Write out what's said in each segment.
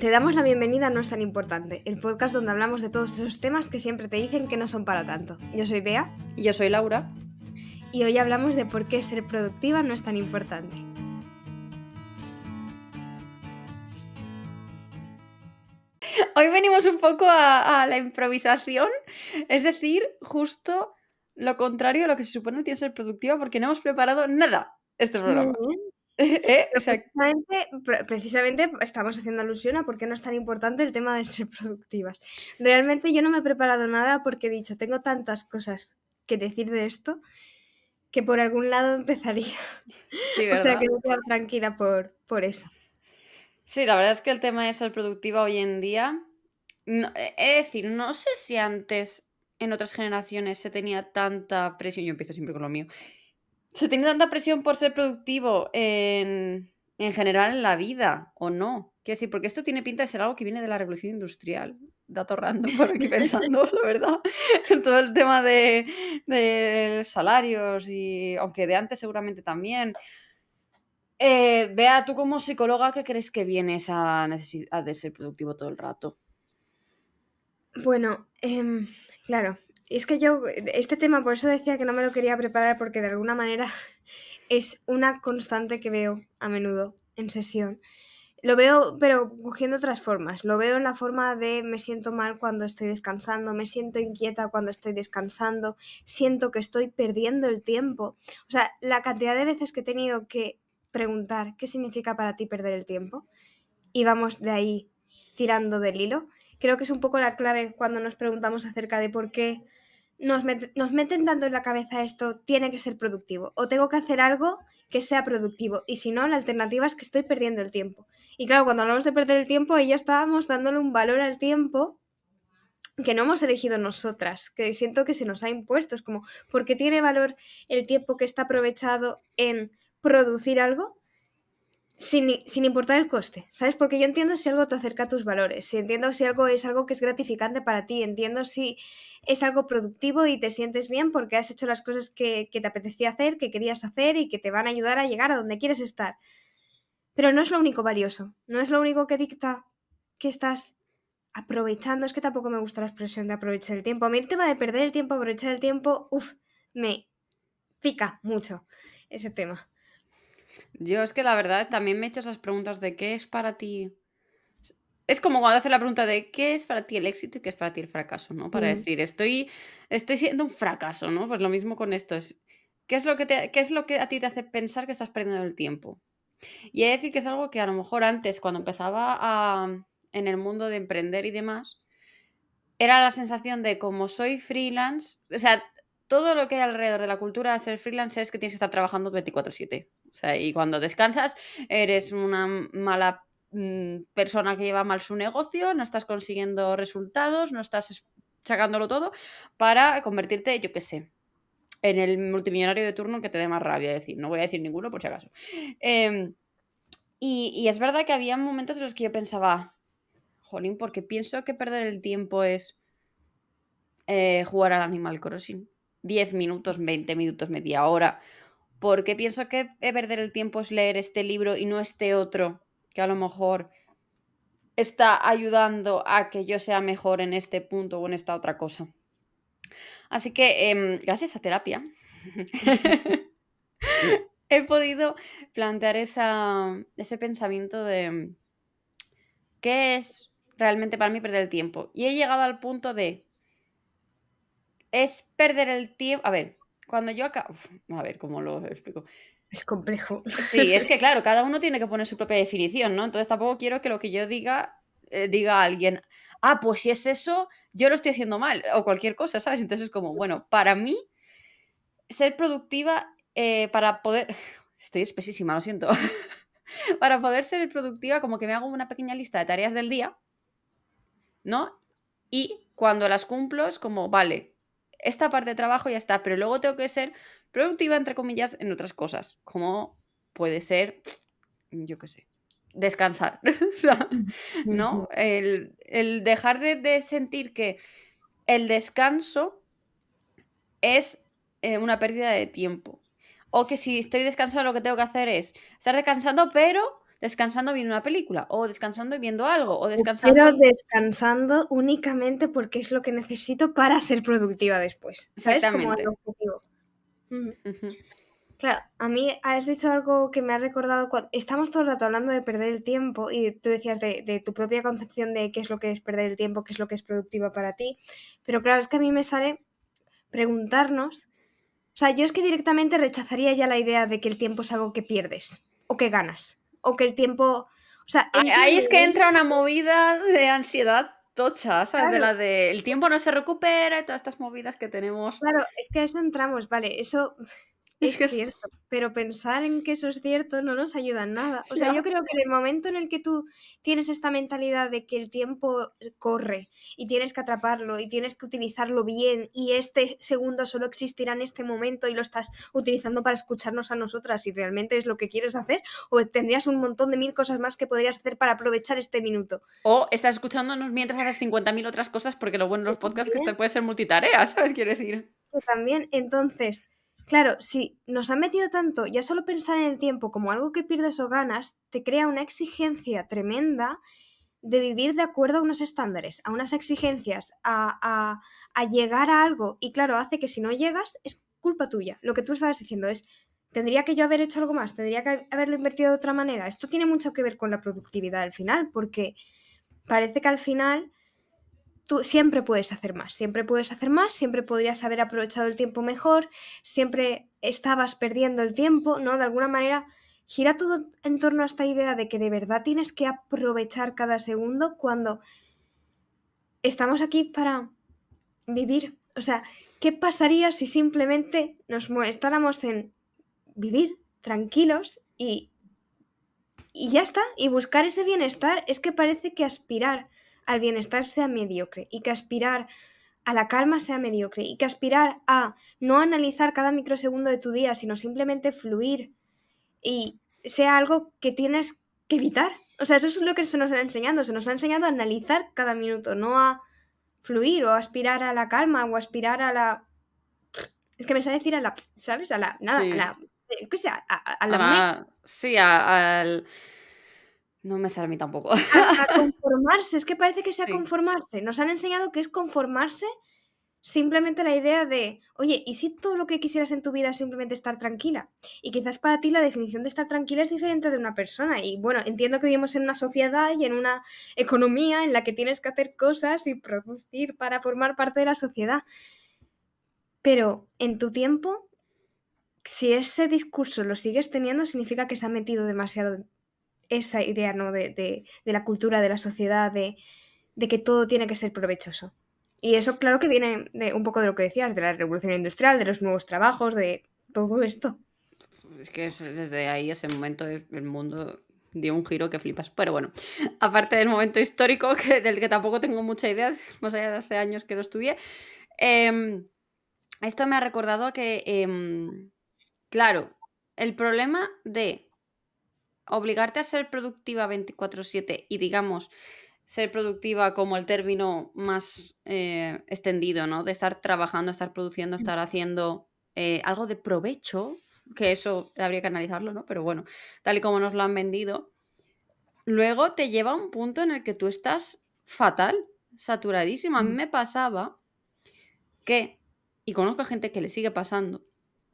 Te damos la bienvenida a No es tan importante, el podcast donde hablamos de todos esos temas que siempre te dicen que no son para tanto. Yo soy Bea. Y yo soy Laura. Y hoy hablamos de por qué ser productiva no es tan importante. Hoy venimos un poco a la improvisación, es decir, justo lo contrario a lo que se supone que tiene que ser productiva, porque no hemos preparado nada este programa. Precisamente estamos haciendo alusión a por qué no es tan importante el tema de ser productivas. Realmente yo no me he preparado nada porque he dicho, tengo tantas cosas que decir de esto que por algún lado empezaría. Sí, ¿verdad? O sea que me he quedado tranquila por eso. Sí, la verdad es que el tema de ser productiva hoy en día, es decir, no sé si antes en otras generaciones se tenía tanta presión, yo empiezo siempre con lo mío, se tenía tanta presión por ser productivo en general en la vida, ¿o no? Quiero decir, porque esto tiene pinta de ser algo que viene de la revolución industrial. Dato random por aquí pensando, la verdad. En todo el tema de salarios y aunque de antes seguramente también. Bea, tú como psicóloga, ¿qué crees que viene esa necesidad de ser productivo todo el rato? Bueno, claro, es que yo, este tema, por eso decía que no me lo quería preparar, porque de alguna manera es una constante que veo a menudo en sesión. Lo veo, pero cogiendo otras formas. Lo veo en la forma de me siento mal cuando estoy descansando, me siento inquieta cuando estoy descansando, siento que estoy perdiendo el tiempo. O sea, la cantidad de veces que he tenido que preguntar qué significa para ti perder el tiempo y vamos de ahí tirando del hilo. Creo que es un poco la clave cuando nos preguntamos acerca de por qué nos meten tanto en la cabeza esto, tiene que ser productivo, o tengo que hacer algo que sea productivo, y si no, la alternativa es que estoy perdiendo el tiempo. Y claro, cuando hablamos de perder el tiempo, ahí ya estábamos dándole un valor al tiempo que no hemos elegido nosotras, que siento que se nos ha impuesto. Es como, ¿por qué tiene valor el tiempo que está aprovechado en producir algo? Sin importar el coste, ¿sabes? Porque yo entiendo si algo te acerca a tus valores, si entiendo si algo es algo que es gratificante para ti, entiendo si es algo productivo y te sientes bien porque has hecho las cosas que te apetecía hacer, que querías hacer y que te van a ayudar a llegar a donde quieres estar. Pero no es lo único valioso, no es lo único que dicta que estás aprovechando. Es que tampoco me gusta la expresión de aprovechar el tiempo. A mí el tema de perder el tiempo, aprovechar el tiempo, me pica mucho ese tema. Yo es que la verdad también me he hecho esas preguntas de qué es para ti. Es como cuando hace la pregunta de qué es para ti el éxito y qué es para ti el fracaso, ¿no? Para decir, estoy siendo un fracaso, ¿no? Pues lo mismo con esto. ¿Qué es lo que a ti te hace pensar que estás perdiendo el tiempo? Y he de decir que es algo que a lo mejor antes, cuando empezaba en el mundo de emprender y demás, era la sensación de como soy freelance, o sea, todo lo que hay alrededor de la cultura de ser freelance es que tienes que estar trabajando 24/7. O sea, y cuando descansas eres una mala persona que lleva mal su negocio, no estás consiguiendo resultados, no estás sacándolo todo para convertirte, yo qué sé, en el multimillonario de turno que te dé más rabia decir. No voy a decir ninguno por si acaso. Y es verdad que había momentos en los que yo pensaba, jolín, porque pienso que perder el tiempo es jugar al Animal Crossing. 10 minutos, 20 minutos, media hora. Porque pienso que perder el tiempo es leer este libro y no este otro, que a lo mejor está ayudando a que yo sea mejor en este punto o en esta otra cosa. Así que, gracias a terapia, he podido plantear ese pensamiento de qué es realmente para mí perder el tiempo. Y he llegado al punto de, es perder el tiempo. A ver, cuando yo acabo. A ver, ¿cómo lo explico? Es complejo. Sí, es que claro, cada uno tiene que poner su propia definición, ¿no? Entonces tampoco quiero que lo que yo diga, diga a alguien, pues si es eso, yo lo estoy haciendo mal, o cualquier cosa, ¿sabes? Entonces es como, bueno, para mí, ser productiva, para poder. Estoy espesísima, lo siento. Para poder ser productiva, como que me hago una pequeña lista de tareas del día, ¿no? Y cuando las cumplo es como, vale, esta parte de trabajo ya está, pero luego tengo que ser productiva, entre comillas, en otras cosas, como puede ser, yo qué sé, descansar, o sea, ¿no? El dejar de sentir que el descanso es una pérdida de tiempo. O que si estoy descansando lo que tengo que hacer es estar descansando, pero descansando viendo una película, o descansando y viendo algo, o Pero descansando. descansando únicamente porque es lo que necesito para ser productiva después, ¿sabes? Como el Exactamente. objetivo. Ujú. Ujú. Claro, a mí has dicho algo que me ha recordado, estamos todo el rato hablando de perder el tiempo y tú decías de tu propia concepción de qué es lo que es perder el tiempo, qué es lo que es productiva para ti, pero claro, es que a mí me sale preguntarnos, o sea, yo es que directamente rechazaría ya la idea de que el tiempo es algo que pierdes o que ganas, o que el tiempo, o sea, Ahí entiendo, es que entra una movida de ansiedad tocha, ¿sabes? De claro, la de el tiempo no se recupera y todas estas movidas que tenemos. claro, es que a eso entramos, vale, eso Es que es es cierto, pero pensar en que eso es cierto no nos ayuda en nada. O sea, yo ya. creo que en el momento en el que tú tienes esta mentalidad de que el tiempo corre y tienes que atraparlo y tienes que utilizarlo bien y este segundo solo existirá en este momento y lo estás utilizando para escucharnos a nosotras si realmente es lo que quieres hacer, o tendrías un montón de mil cosas más que podrías hacer para aprovechar este minuto. O estás escuchándonos mientras haces 50.000 otras cosas, porque lo bueno de Que los podcasts es que también, puede ser multitarea, ¿sabes? Quiero decir. que también, entonces, claro, si nos han metido tanto, ya solo pensar en el tiempo como algo que pierdes o ganas, te crea una exigencia tremenda de vivir de acuerdo a unos estándares, a unas exigencias, a llegar a algo. Y claro, hace que si no llegas, es culpa tuya. Lo que tú estabas diciendo es, tendría que yo haber hecho algo más, tendría que haberlo invertido de otra manera. Esto tiene mucho que ver con la productividad al final, porque parece que al final tú siempre puedes hacer más, siempre puedes hacer más, siempre podrías haber aprovechado el tiempo mejor, siempre estabas perdiendo el tiempo, ¿no? De alguna manera gira todo en torno a esta idea de que de verdad tienes que aprovechar cada segundo cuando estamos aquí para vivir. O sea, ¿qué pasaría si simplemente nos molestáramos en vivir tranquilos y ya está? Y buscar ese bienestar. Es que parece que aspirar al bienestar sea mediocre y que aspirar a la calma sea mediocre y que aspirar a no analizar cada microsegundo de tu día, sino simplemente fluir y sea algo que tienes que evitar. O sea, eso es lo que se nos ha enseñado. Se nos ha enseñado a analizar cada minuto, no a fluir o a aspirar a la calma o a aspirar a la... Es que me sale decir a la... ¿Sabes? A la... Nada, a Sí. la... ¿Qué sé? A la me... Ahora, sí, al. No me sale a mí tampoco. A conformarse. Es que parece que sea Sí. conformarse. Nos han enseñado que es conformarse simplemente la idea de, oye, ¿y si todo lo que quisieras en tu vida es simplemente estar tranquila? Y quizás para ti la definición de estar tranquila es diferente de una persona. Y bueno, entiendo que vivimos en una sociedad y en una economía en la que tienes que hacer cosas y producir para formar parte de la sociedad. Pero en tu tiempo, si ese discurso lo sigues teniendo, significa que se ha metido demasiado esa idea, ¿no? De la cultura, de la sociedad, de que todo tiene que ser provechoso. Y eso, claro que viene de un poco de lo que decías, de la revolución industrial, de los nuevos trabajos, de todo esto. Es que desde ahí, ese momento, el mundo dio un giro que flipas. Pero bueno, aparte del momento histórico, del que tampoco tengo mucha idea, más allá de hace años que lo estudié, em, esto me ha recordado a que, claro, el problema de obligarte a ser productiva 24/7 y, digamos, ser productiva como el término más extendido, ¿no? De estar trabajando, estar produciendo, estar haciendo algo de provecho, que eso habría que analizarlo, ¿no? Pero bueno, tal y como nos lo han vendido, luego te lleva a un punto en el que tú estás fatal, saturadísimo. A mí me pasaba que, y conozco gente que le sigue pasando,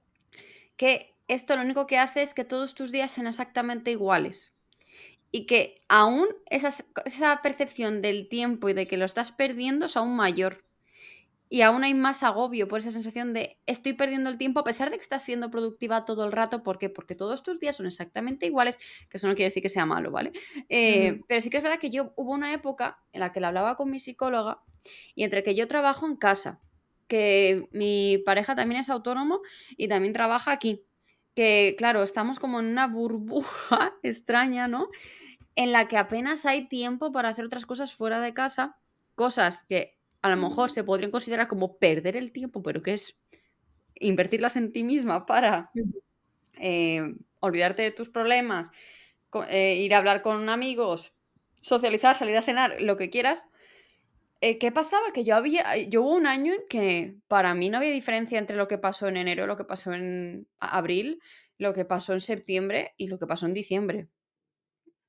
que esto lo único que hace es que todos tus días sean exactamente iguales. Y que aún esa percepción del tiempo y de que lo estás perdiendo es aún mayor. Y aún hay más agobio por esa sensación de estoy perdiendo el tiempo a pesar de que estás siendo productiva todo el rato. ¿Por qué? Porque todos tus días son exactamente iguales, que eso no quiere decir que sea malo, ¿vale? Ujú. Pero sí que es verdad que yo hubo una época en la que la hablaba con mi psicóloga y entre que yo trabajo en casa, que mi pareja también es autónomo y también trabaja aquí, que claro, estamos como en una burbuja extraña, ¿no? En la que apenas hay tiempo para hacer otras cosas fuera de casa, cosas que a lo mejor se podrían considerar como perder el tiempo, pero que es invertirlas en ti misma para olvidarte de tus problemas, ir a hablar con amigos, socializar, salir a cenar, lo que quieras. ¿Qué pasaba? Que yo hubo un año en que para mí no había diferencia entre lo que pasó en enero, lo que pasó en abril, lo que pasó en septiembre y lo que pasó en diciembre.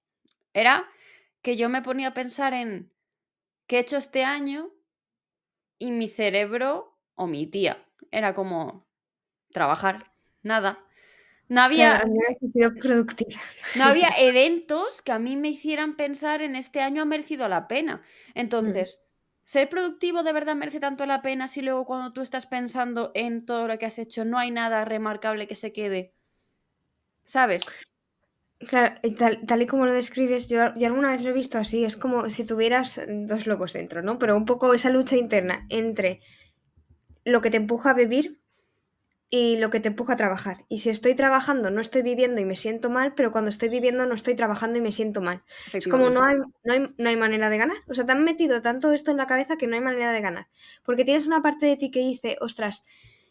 era que yo me ponía a pensar en qué he hecho este año y mi cerebro o mi tía era como trabajar, nada. No Claro, había al menos he sido productiva. no había eventos que a mí me hicieran pensar en este año ha merecido la pena. Mm. Entonces, ¿ser productivo de verdad merece tanto la pena si luego cuando tú estás pensando en todo lo que has hecho no hay nada remarcable que se quede? ¿Sabes? Claro, y tal y como lo describes, yo alguna vez lo he visto así, es como si tuvieras dos lobos dentro, ¿no? Pero un poco esa lucha interna entre lo que te empuja a vivir y lo que te empuja a trabajar. Y si estoy trabajando, no estoy viviendo y me siento mal, pero cuando estoy viviendo no estoy trabajando y me siento mal. Es como Efectivamente. no hay manera de ganar. O sea, te han metido tanto esto en la cabeza que no hay manera de ganar. Porque tienes una parte de ti que dice, ostras,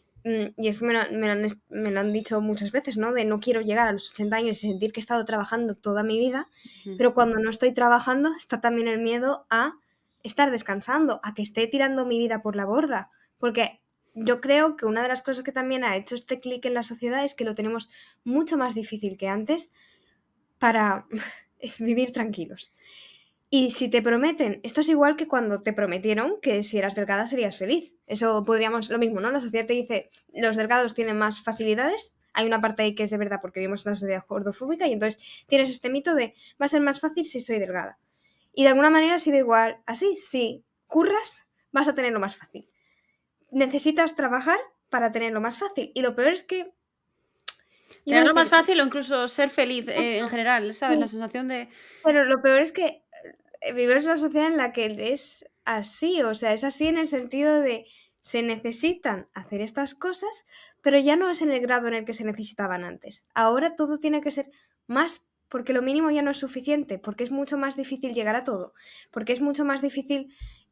y esto me lo han dicho muchas veces, ¿no? De no quiero llegar a los 80 años y sentir que he estado trabajando toda mi vida, Ujú. pero cuando no estoy trabajando está también el miedo a estar descansando, a que esté tirando mi vida por la borda. Porque yo creo que una de las cosas que también ha hecho este clic en la sociedad es que lo tenemos mucho más difícil que antes para vivir tranquilos. Y si te prometen, esto es igual que cuando te prometieron que si eras delgada serías feliz. Eso podríamos, lo mismo, ¿no? La sociedad te dice, los delgados tienen más facilidades. Hay una parte ahí que es de verdad porque vivimos en una sociedad gordofóbica y entonces tienes este mito de va a ser más fácil si soy delgada. Y de alguna manera ha sido igual. Así, si curras, vas a tenerlo más fácil. Necesitas trabajar para tenerlo más fácil. Y lo peor es que, iba a Tenerlo más decir, fácil o incluso ser feliz, en exacto, general, ¿sabes? La sí, sensación de pero lo peor es que vivimos en una sociedad en la que es así, o sea, es así en el sentido de se necesitan hacer estas cosas, pero ya no es en el grado en el que se necesitaban antes. Ahora todo tiene que ser más, porque lo mínimo ya no es suficiente, porque es mucho más difícil llegar a todo, porque es mucho más difícil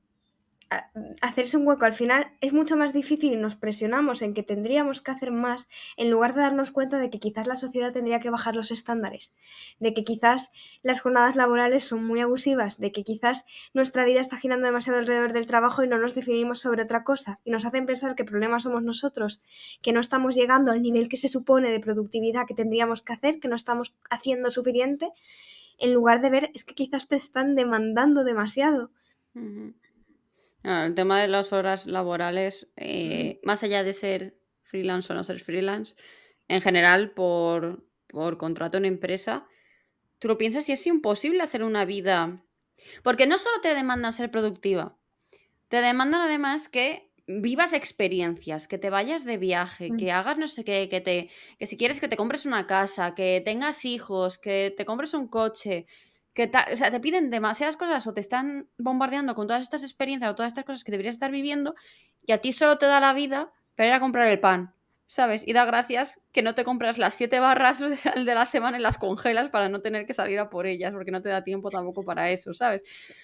hacerse un hueco. Al final es mucho más difícil y nos presionamos en que tendríamos que hacer más en lugar de darnos cuenta de que quizás la sociedad tendría que bajar los estándares, de que quizás las jornadas laborales son muy abusivas, de que quizás nuestra vida está girando demasiado alrededor del trabajo y no nos definimos sobre otra cosa y nos hacen pensar que el problema somos nosotros, que no estamos llegando al nivel que se supone de productividad que tendríamos que hacer, que no estamos haciendo suficiente, en lugar de ver es que quizás te están demandando demasiado. ujú. El tema de las horas laborales, más allá de ser freelance o no ser freelance, en general, por contrato en empresa, tú lo piensas y es imposible hacer una vida porque no solo te demandan ser productiva, te demandan además que vivas experiencias, que te vayas de viaje, que hagas no sé qué, que si quieres que te compres una casa, que tengas hijos, que te compres un coche, o sea, te piden demasiadas cosas o te están bombardeando con todas estas experiencias o todas estas cosas que deberías estar viviendo y a ti solo te da la vida para ir a comprar el pan, ¿sabes? Y da gracias que no te compras las 7 barras de la semana y las congelas para no tener que salir a por ellas, porque no te da tiempo tampoco para eso, ¿sabes?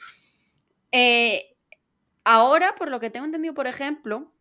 Eh, Ahora, por lo que tengo entendido, por ejemplo,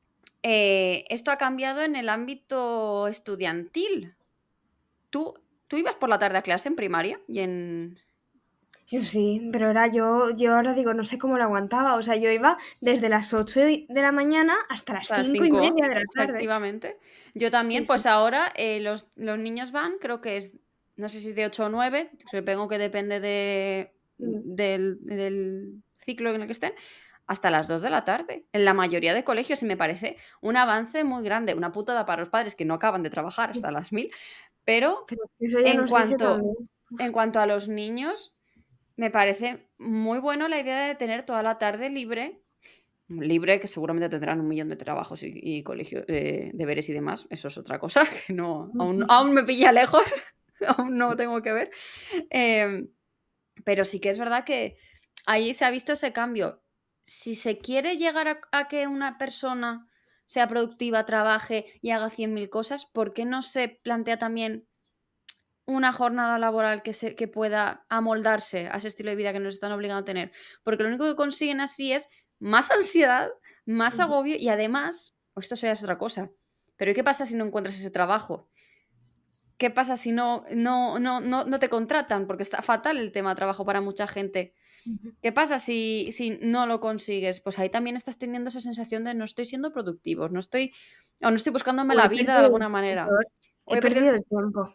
esto ha cambiado en el ámbito estudiantil. ¿Tú, tú ibas por la tarde a clase en primaria y en Yo sí, pero ahora yo ahora digo, no sé cómo lo aguantaba. O sea, yo iba desde las 8 de la mañana hasta las hasta las 5 y 5, media de la tarde. efectivamente? Yo Sí, también, sí. pues ahora los niños van, creo que es, no sé si es de 8 o 9, supongo que depende Mm. del ciclo en el que estén, hasta las 2 de la tarde, en la mayoría de colegios, y me parece un avance muy grande, una putada para los padres que no acaban de trabajar Sí. hasta las 1000, pero Pero eso ya en nos dice cuanto, también. en cuanto a los niños, me parece muy bueno la idea de tener toda la tarde libre, libre, que seguramente tendrán un millón de trabajos y colegio, deberes y demás. Eso es otra cosa que no, aún me pilla lejos, aún no tengo que ver. Em, pero sí que es verdad que ahí se ha visto ese cambio. Si se quiere llegar a que una persona sea productiva, trabaje y haga 100.000 cosas, ¿por qué no se plantea también una jornada laboral que pueda amoldarse a ese estilo de vida que nos están obligando a tener? Porque lo único que consiguen así es más ansiedad, más Ujú. agobio y además, o esto ya es otra cosa, pero ¿y qué pasa si no encuentras ese trabajo? ¿Qué pasa si no te contratan? Porque está fatal el tema de trabajo para mucha gente. Ujú. ¿Qué pasa si no lo consigues? Pues ahí también estás teniendo esa sensación de no estoy siendo productivo, no estoy buscándome O la he vida de perdido el alguna tiempo, manera. O he he perdido perdido el tiempo.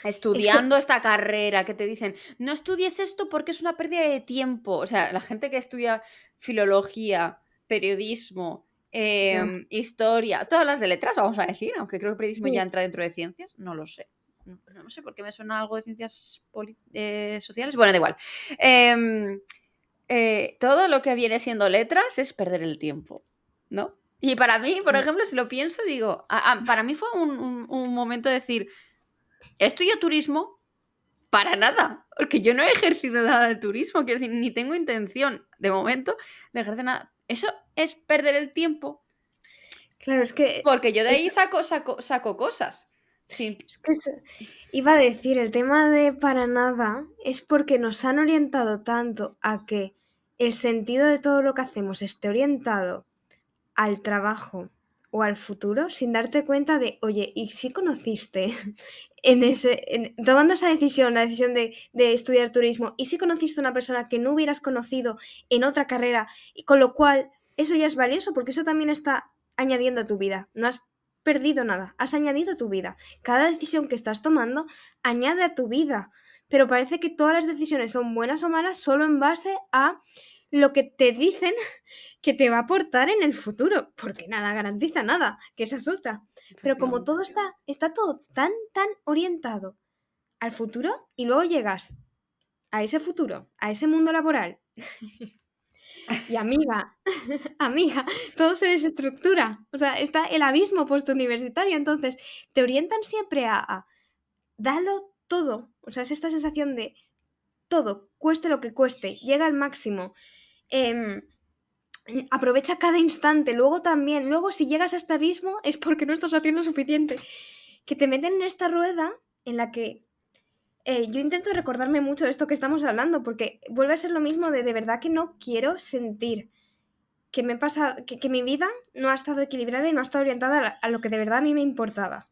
Es que, estudiando esta carrera, que te dicen, no estudies esto porque es una pérdida de tiempo. O sea, la gente que estudia filología, periodismo, ya, historia, todas las de letras, vamos a decir, aunque creo que periodismo ya sí, entra dentro de ciencias, no lo sé. No sé por qué me suena algo de ciencias sociales. Bueno, da igual. Em, todo lo que viene siendo letras es perder el tiempo, ¿no? Y para mí, por ejemplo, si lo pienso, digo, para mí fue un momento de decir, estudio turismo para nada, porque yo no he ejercido nada de turismo, quiero decir, ni tengo intención de momento de ejercer nada. Eso es perder el tiempo, claro, es que porque yo de ahí saco cosas. Sin... Es que iba a decir, el tema de para nada es porque nos han orientado tanto a que el sentido de todo lo que hacemos esté orientado al trabajo o al futuro sin darte cuenta de, oye, ¿y si conociste tomando esa decisión, la decisión de estudiar turismo, y si conociste a una persona que no hubieras conocido en otra carrera, y con lo cual eso ya es valioso porque eso también está añadiendo a tu vida, no has perdido nada, has añadido a tu vida. Cada decisión que estás tomando añade a tu vida, pero parece que todas las decisiones son buenas o malas solo en base a lo que te dicen que te va a aportar en el futuro, porque nada garantiza nada, que esa es otra. Pero como Efectivamente. todo está todo tan orientado al futuro y luego llegas a ese futuro, a ese mundo laboral y amiga, amiga, todo se desestructura. O sea, está el abismo postuniversitario, entonces te orientan siempre a darlo todo. O sea, es esta sensación de todo, cueste lo que cueste, llega al máximo. Eh, Aprovecha cada instante, luego si llegas a este abismo es porque no estás haciendo suficiente. Que te meten en esta rueda en la que yo intento recordarme mucho de esto que estamos hablando, porque vuelve a ser lo mismo de verdad que no quiero sentir que me pasa, que mi vida no ha estado equilibrada y no ha estado orientada a lo que de verdad a mí me importaba.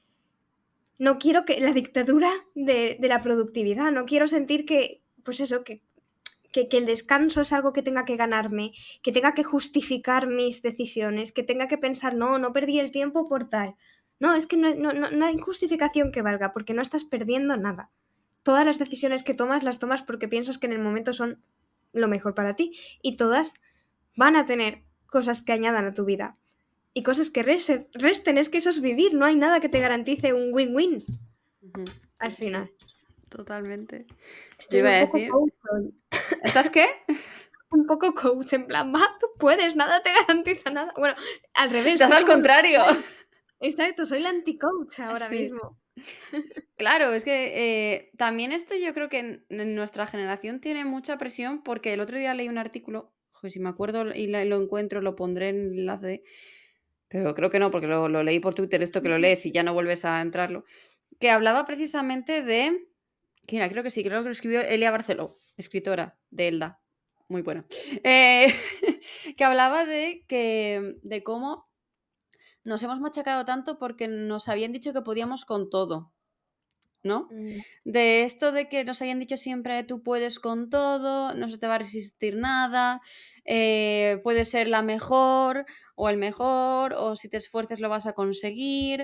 No quiero que la dictadura de la productividad, no quiero sentir que, pues eso, que el descanso es algo que tenga que ganarme, que tenga que justificar mis decisiones, que tenga que pensar, no perdí el tiempo por tal. No, es que no hay justificación que valga, porque no estás perdiendo nada. Todas las decisiones que tomas las tomas porque piensas que en el momento son lo mejor para ti y todas van a tener cosas que añadan a tu vida y cosas que resten. Es que eso es vivir, no hay nada que te garantice un win-win Ujú. al Sí, final. totalmente. Yo Estoy iba a un poco decir, coach hoy. ¿estás qué? Un poco coach, en plan, va, tú puedes, nada te garantiza nada. Bueno, al revés, Estás soy al como contrario. exacto, soy la anti-coach ahora Sí. mismo. Claro, es que también esto yo creo que en nuestra generación tiene mucha presión porque el otro día leí un artículo, joder, si me acuerdo y lo encuentro, lo pondré en el enlace, pero creo que no, porque lo leí por Twitter, esto que lo Ujú. lees y ya no vuelves a entrarlo, que hablaba precisamente de, que mira, creo que sí, creo que lo escribió Elia Barceló, escritora de Elda, muy buena, eh, que hablaba de cómo nos hemos machacado tanto porque nos habían dicho que podíamos con todo, ¿no? Mm, De esto de que nos habían dicho siempre tú puedes con todo, no se te va a resistir nada, puedes ser la mejor o el mejor, o si te esfuerces lo vas a conseguir.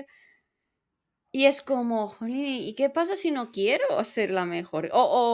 Y es como, jolín, ¿y qué pasa si no quiero ser la mejor?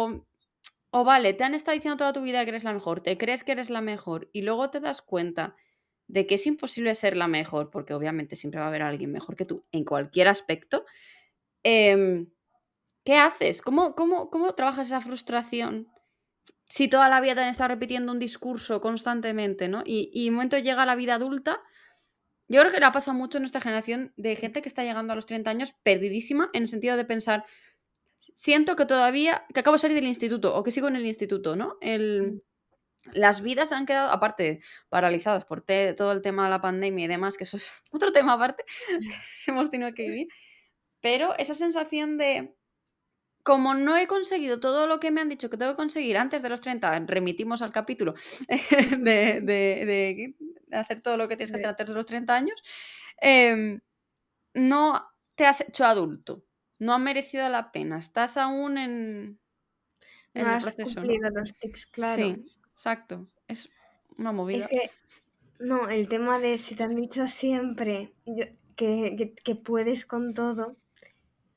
O vale, te han estado diciendo toda tu vida que eres la mejor, te crees que eres la mejor y luego te das cuenta de que es imposible ser la mejor, porque obviamente siempre va a haber alguien mejor que tú en cualquier aspecto. em, ¿Qué haces? ¿Cómo trabajas esa frustración si toda la vida te han estado repitiendo un discurso constantemente, ¿no? Y un momento llega la vida adulta. Yo creo que la pasa mucho en nuestra generación de gente que está llegando a los 30 años perdidísima en el sentido de pensar, siento que todavía, que acabo de salir del instituto o que sigo en el instituto, ¿no? mm. Las vidas han quedado, aparte, paralizadas por todo el tema de la pandemia y demás, que eso es otro tema aparte que hemos tenido que vivir, pero esa sensación de como no he conseguido todo lo que me han dicho que tengo que conseguir antes de los 30, remitimos al capítulo de hacer todo lo que tienes que hacer De- antes de los 30 años, em, no te has hecho adulto, no ha merecido la pena, estás aún No en el has proceso, ¿no? cumplido los tics, claro. Sí, exacto, es una Es movida. que, no, el tema de si te han dicho siempre que puedes con todo,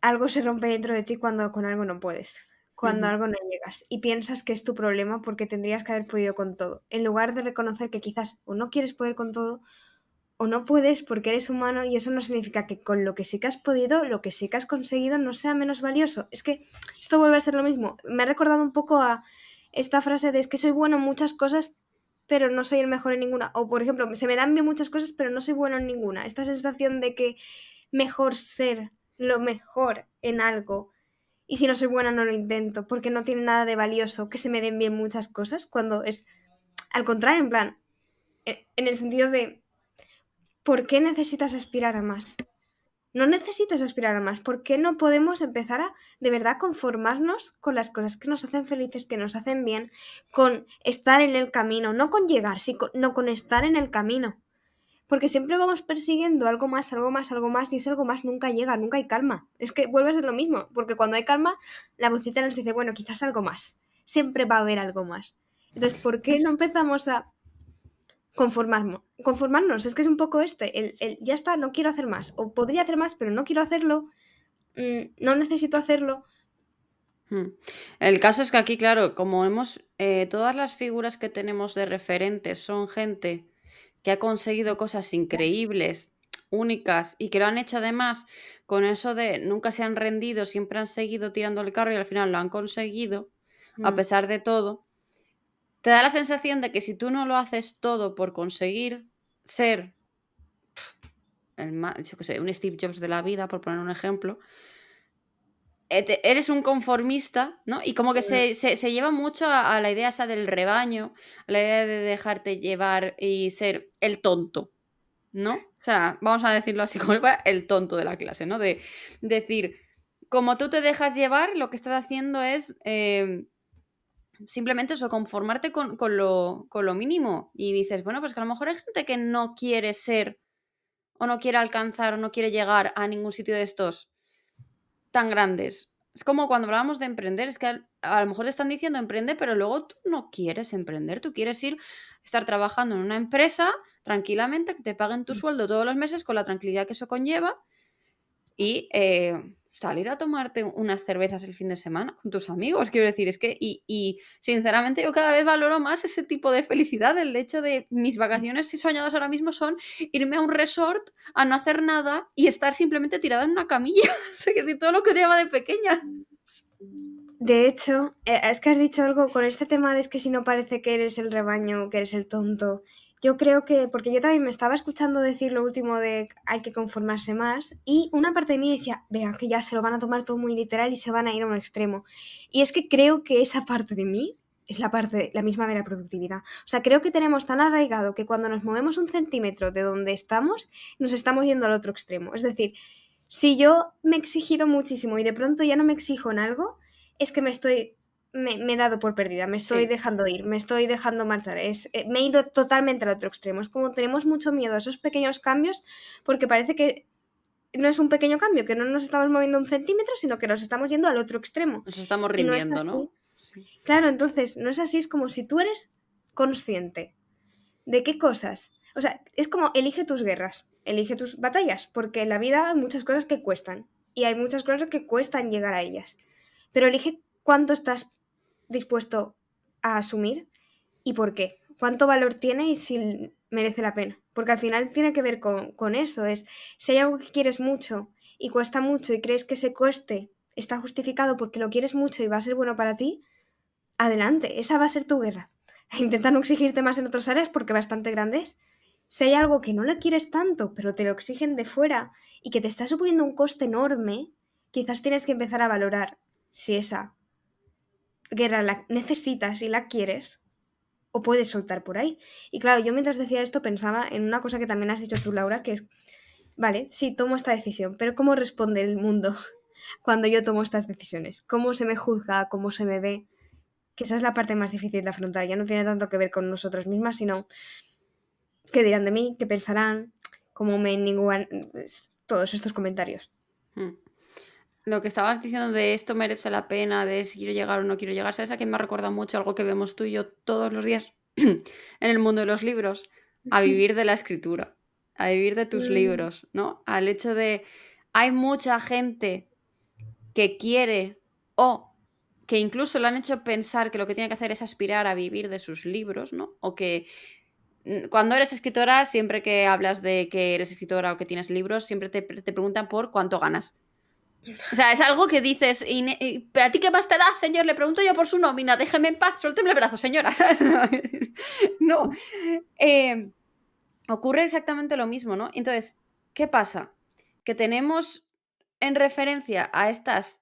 algo se rompe dentro de ti cuando con algo no puedes, cuando algo no llegas y piensas que es tu problema porque tendrías que haber podido con todo, en lugar de reconocer que quizás o no quieres poder con todo o no puedes porque eres humano y eso no significa que con lo que sí que has podido, lo que sí que has conseguido no sea menos valioso. Es que esto vuelve a ser lo mismo. Me ha recordado un poco a esta frase de es que soy bueno en muchas cosas, pero no soy el mejor en ninguna. O, por ejemplo, se me dan bien muchas cosas, pero no soy bueno en ninguna. Esta sensación de que mejor ser lo mejor en algo y si no soy buena no lo intento porque no tiene nada de valioso que se me den bien muchas cosas cuando es al contrario, en plan, en el sentido de ¿por qué necesitas aspirar a más? No necesitas aspirar a más. ¿Por qué no podemos empezar a de verdad conformarnos con las cosas que nos hacen felices, que nos hacen bien, con estar en el camino, no con llegar, no con estar en el camino? Porque siempre vamos persiguiendo algo más, algo más, algo más, y ese algo más nunca llega, nunca hay calma. Es que vuelve a ser lo mismo, porque cuando hay calma, la vocita nos dice, bueno, quizás algo más. Siempre va a haber algo más. Entonces, ¿por qué no empezamos a conformarnos? Es que es un poco ya está, no quiero hacer más. O podría hacer más, pero no quiero hacerlo. No necesito hacerlo. El caso es que aquí, claro, como todas las figuras que tenemos de referentes son gente que ha conseguido cosas increíbles, únicas y que lo han hecho además con eso de nunca se han rendido, siempre han seguido tirando el carro y al final lo han conseguido, a pesar de todo. Te da la sensación de que si tú no lo haces todo por conseguir ser yo qué sé, un Steve Jobs de la vida, por poner un ejemplo, eres un conformista, ¿no? Y como que se lleva mucho a la idea esa del rebaño, a la idea de dejarte llevar y ser el tonto, ¿no? O sea, vamos a decirlo así, como el tonto de la clase, ¿no? De decir, como tú te dejas llevar, lo que estás haciendo es simplemente eso, conformarte con lo mínimo. Y dices, bueno, pues que a lo mejor hay gente que no quiere ser o no quiere alcanzar o no quiere llegar a ningún sitio de estos tan grandes. Es como cuando hablábamos de emprender, es que a lo mejor te están diciendo emprende, pero luego tú no quieres emprender, tú quieres estar trabajando en una empresa tranquilamente, que te paguen tu sueldo todos los meses con la tranquilidad que eso conlleva y salir a tomarte unas cervezas el fin de semana con tus amigos. Quiero decir, es que, y sinceramente yo cada vez valoro más ese tipo de felicidad. El hecho de mis vacaciones soñadas ahora mismo son irme a un resort, a no hacer nada y estar simplemente tirada en una camilla. O sea, que todo lo que odiaba de pequeña. De hecho, es que has dicho algo con este tema de es que si no parece que eres el rebaño, que eres el tonto. Yo creo que, porque yo también me estaba escuchando decir lo último de hay que conformarse más y una parte de mí decía, vea, que ya se lo van a tomar todo muy literal y se van a ir a un extremo. Y es que creo que esa parte de mí es la misma de la productividad. O sea, creo que tenemos tan arraigado que cuando nos movemos un centímetro de donde estamos, nos estamos yendo al otro extremo. Es decir, si yo me he exigido muchísimo y de pronto ya no me exijo en algo, es que me he dado por perdida, me estoy dejando ir, me estoy dejando marchar, me he ido totalmente al otro extremo. Es como tenemos mucho miedo a esos pequeños cambios porque parece que no es un pequeño cambio, que no nos estamos moviendo un centímetro, sino que nos estamos yendo al otro extremo. Nos estamos Y no es rindiendo, así. ¿no? Sí. Claro, entonces, no es así, es como si tú eres consciente de qué cosas, o sea, es como elige tus guerras, elige tus batallas, porque en la vida hay muchas cosas que cuestan y hay muchas cosas que cuestan llegar a ellas, pero elige cuánto estás dispuesto a asumir y por qué, cuánto valor tiene y si merece la pena, porque al final tiene que ver con eso, es si hay algo que quieres mucho y cuesta mucho y crees que ese coste está justificado porque lo quieres mucho y va a ser bueno para ti, adelante, esa va a ser tu guerra. Intenta no exigirte más en otras áreas porque bastante grande es. Si hay algo que no le quieres tanto, pero te lo exigen de fuera y que te está suponiendo un coste enorme, quizás tienes que empezar a valorar si esa guerra la necesitas y la quieres o puedes soltar por ahí. Y claro, yo mientras decía esto pensaba en una cosa que también has dicho tú, Laura, que es, vale, sí, tomo esta decisión, pero ¿cómo responde el mundo cuando yo tomo estas decisiones? ¿Cómo se me juzga? ¿Cómo se me ve? Que esa es la parte más difícil de afrontar. Ya no tiene tanto que ver con nosotras mismas, sino qué dirán de mí, qué pensarán, cómo me ningún todos estos comentarios. Lo que estabas diciendo de esto merece la pena, de si quiero llegar o no quiero llegar, ¿sabes? A que me recuerda mucho algo que vemos tú y yo todos los días en el mundo de los libros, a vivir de la escritura, a vivir de tus libros, ¿no? Al hecho de, hay mucha gente que quiere o que incluso le han hecho pensar que lo que tiene que hacer es aspirar a vivir de sus libros, ¿no? O que cuando eres escritora, siempre que hablas de que eres escritora o que tienes libros, siempre te preguntan por cuánto ganas. O sea, es algo que dices, ¿pero a ti qué más te da, señor? Le pregunto yo por su nómina, déjeme en paz, suélteme el brazo, señora. No. Ocurre exactamente lo mismo, ¿no? Entonces, ¿qué pasa? Que tenemos en referencia a estas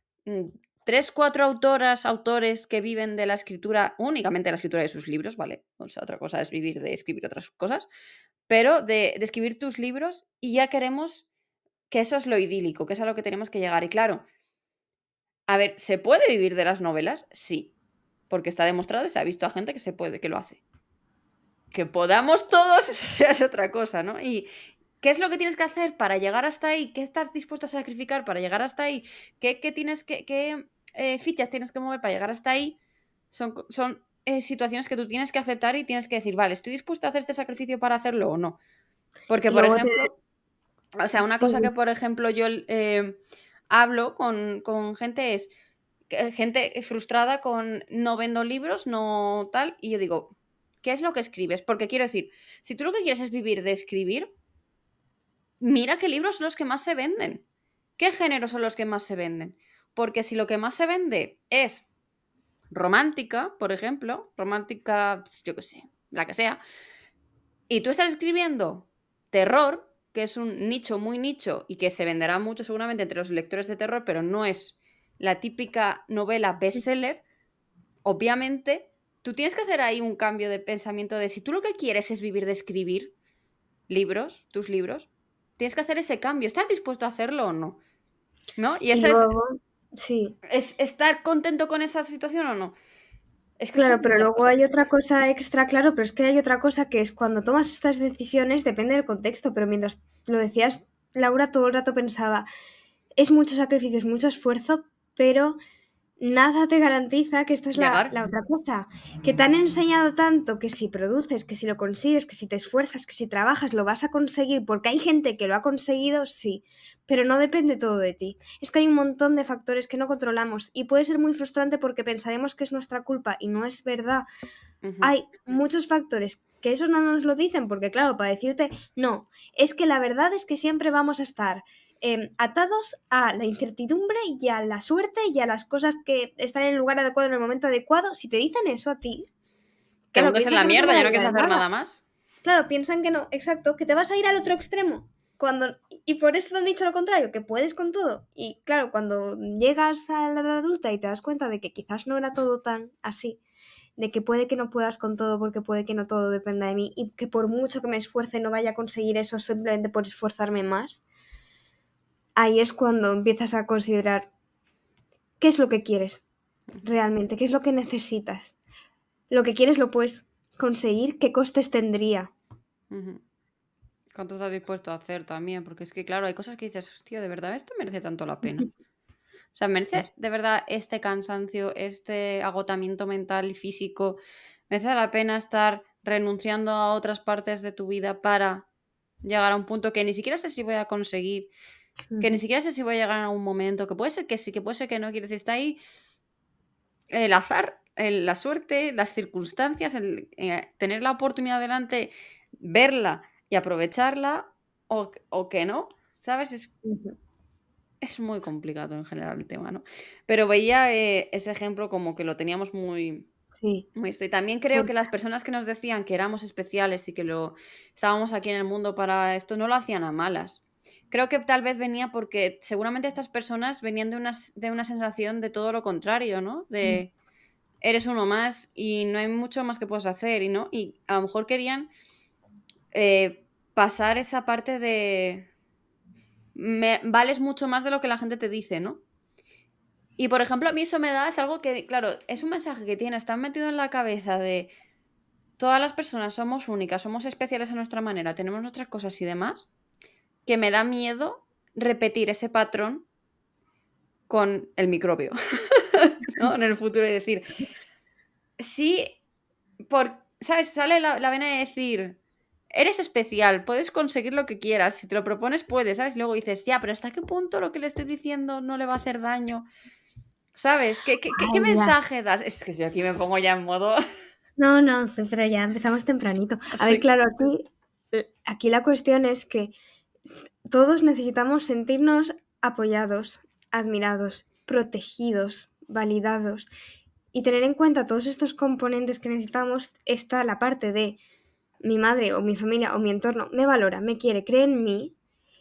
3, 4 autoras, autores que viven de la escritura, únicamente de la escritura de sus libros, ¿vale? O sea, otra cosa es vivir de escribir otras cosas, pero de escribir tus libros y ya queremos que eso es lo idílico, que es a lo que tenemos que llegar. Y claro, a ver, ¿se puede vivir de las novelas? Sí, porque está demostrado y se ha visto a gente que se puede, que lo hace. Que podamos todos, eso ya es otra cosa, ¿no? Y ¿qué es lo que tienes que hacer para llegar hasta ahí? ¿Qué estás dispuesto a sacrificar para llegar hasta ahí? ¿Qué tienes qué fichas tienes que mover para llegar hasta ahí? Son situaciones que tú tienes que aceptar y tienes que decir, vale, ¿estoy dispuesta a hacer este sacrificio para hacerlo o no? Porque, Y por luego ejemplo, o sea, una cosa que, por ejemplo, yo hablo con gente es gente frustrada con no vendo libros, no tal, y yo digo, ¿qué es lo que escribes? Porque quiero decir, si tú lo que quieres es vivir de escribir, mira qué libros son los que más se venden. ¿Qué géneros son los que más se venden? Porque si lo que más se vende es romántica, por ejemplo, romántica, yo qué sé, la que sea, y tú estás escribiendo terror, que es un nicho muy nicho y que se venderá mucho seguramente entre los lectores de terror, pero no es la típica novela bestseller, obviamente tú tienes que hacer ahí un cambio de pensamiento de si tú lo que quieres es vivir de escribir libros, tus libros, tienes que hacer ese cambio. ¿Estás dispuesto a hacerlo o no? ¿No? Y y eso luego, sí. es estar contento con esa situación o no. Es que son Claro, pero muchas luego cosas. hay otra cosa extra, claro, pero es que hay otra cosa que es cuando tomas estas decisiones, depende del contexto, pero mientras lo decías, Laura todo el rato pensaba, es mucho sacrificio, es mucho esfuerzo, pero nada te garantiza que esta es Llegar. la otra cosa. Que te han enseñado tanto que si produces, que si lo consigues, que si te esfuerzas, que si trabajas, lo vas a conseguir, porque hay gente que lo ha conseguido, sí, pero no depende todo de ti. Es que hay un montón de factores que no controlamos y puede ser muy frustrante porque pensaremos que es nuestra culpa y no es verdad. Hay muchos factores que eso no nos lo dicen, porque claro, para decirte, no, es que la verdad es que siempre vamos a estar atados a la incertidumbre y a la suerte y a las cosas que están en el lugar adecuado en el momento adecuado. Si te dicen eso a ti, Te claro, hundes en piensan la que no te mierda, van a ya no quieres ayudar en hacer nada. nada más. Claro, piensan que no, exacto, que te vas a ir al otro extremo. Y por eso te han dicho lo contrario, que puedes con todo. Y claro, cuando llegas a la edad adulta y te das cuenta de que quizás no era todo tan así, de que puede que no puedas con todo porque puede que no todo dependa de mí y que por mucho que me esfuerce no vaya a conseguir eso simplemente por esforzarme más, ahí es cuando empiezas a considerar qué es lo que quieres realmente, qué es lo que necesitas. Lo que quieres lo puedes conseguir, qué costes tendría. ¿Cuánto estás dispuesto a hacer también? Porque es que, claro, hay cosas que dices, hostia, ¿de verdad esto merece tanto la pena? O sea, ¿merece de verdad este cansancio, este agotamiento mental y físico? ¿Merece la pena estar renunciando a otras partes de tu vida para llegar a un punto que ni siquiera sé si voy a conseguir, que ni siquiera sé si voy a llegar a un momento, que puede ser que sí, que puede ser que no? Quiero decir, está ahí el azar, la suerte, las circunstancias, tener la oportunidad delante, verla y aprovecharla o que no, ¿sabes? Es muy complicado en general el tema, ¿no? Pero veía ese ejemplo como que lo teníamos muy, Sí. muy esto. Y también creo que las personas que nos decían que éramos especiales y que estábamos aquí en el mundo para esto, no lo hacían a malas. Creo que tal vez venía porque seguramente estas personas venían de una sensación de todo lo contrario, ¿no? De eres uno más y no hay mucho más que puedes hacer, ¿no? Y a lo mejor querían pasar esa parte de vales mucho más de lo que la gente te dice, ¿no? Y por ejemplo, a mí eso me da, es algo que, claro, es un mensaje que tiene, está metido en la cabeza de todas las personas somos únicas, somos especiales a nuestra manera, tenemos nuestras cosas y demás, que me da miedo repetir ese patrón con el microbio, ¿no? En el futuro y decir, sí, ¿sabes? Sale la vena de decir, eres especial, puedes conseguir lo que quieras, si te lo propones puedes, ¿sabes? Luego dices, ya, pero ¿hasta qué punto lo que le estoy diciendo no le va a hacer daño? ¿Sabes? ¿Qué Ay, ya. mensaje das? Es que yo aquí me pongo ya en modo... No, no, sí, pero ya empezamos tempranito. A ver, Sí. claro, aquí la cuestión es que todos necesitamos sentirnos apoyados, admirados, protegidos, validados. Y tener en cuenta todos estos componentes que necesitamos está la parte de mi madre o mi familia o mi entorno me valora, me quiere, cree en mí,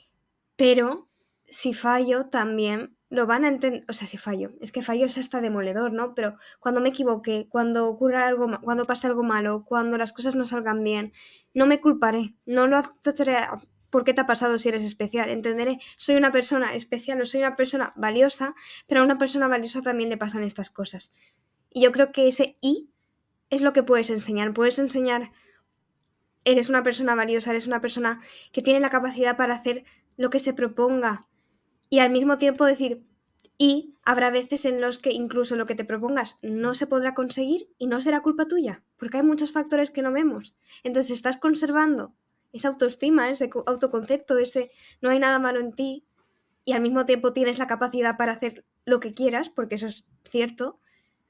pero si fallo también lo van a entender, o sea, si fallo, es que fallo es hasta demoledor, ¿no? Pero cuando me equivoque, cuando ocurra algo, cuando pase algo malo, cuando las cosas no salgan bien, no me culparé, no lo aceptaré por qué te ha pasado si eres especial, entenderé, soy una persona especial o soy una persona valiosa, pero a una persona valiosa también le pasan estas cosas. Y yo creo que ese "y" es lo que puedes enseñar eres una persona valiosa, eres una persona que tiene la capacidad para hacer lo que se proponga y al mismo tiempo decir, y habrá veces en los que incluso lo que te propongas no se podrá conseguir y no será culpa tuya, porque hay muchos factores que no vemos. Entonces estás conservando esa autoestima, ese autoconcepto, ese no hay nada malo en ti y al mismo tiempo tienes la capacidad para hacer lo que quieras, porque eso es cierto,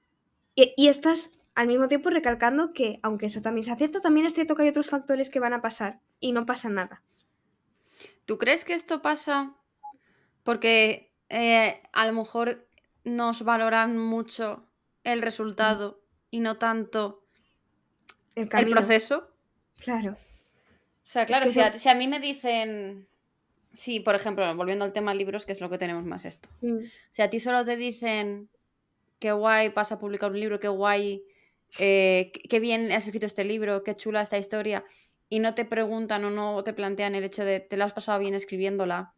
y estás al mismo tiempo recalcando que, aunque eso también sea cierto, también es cierto que hay otros factores que van a pasar y no pasa nada. ¿Tú crees que esto pasa porque a lo mejor nos valoran mucho el resultado y no tanto El el camino, proceso? claro. O sea, Es claro, que si eso... a mí me dicen, sí, por ejemplo, volviendo al tema libros, que es lo que tenemos más esto. Si a ti solo te dicen, qué guay, vas a publicar un libro, qué guay, qué bien has escrito este libro, qué chula esta historia, y no te preguntan o no te plantean el hecho de, ¿te la has pasado bien escribiéndola?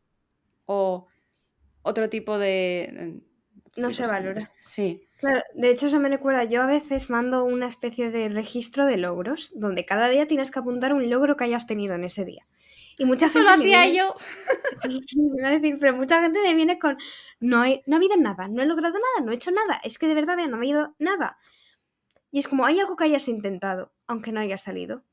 O otro tipo de... otro no tipo se de... valora. Sí. Claro, de hecho, eso me recuerda, yo a veces mando una especie de registro de logros, donde cada día tienes que apuntar un logro que hayas tenido en ese día. Y mucha Eso lo gente me hacía viene, yo. sí, me iba a decir, pero mucha gente me viene con, no ha habido nada, no he logrado nada, no he hecho nada, es que de verdad, vea, no me ha ido nada. Y es como, hay algo que hayas intentado, aunque no haya salido.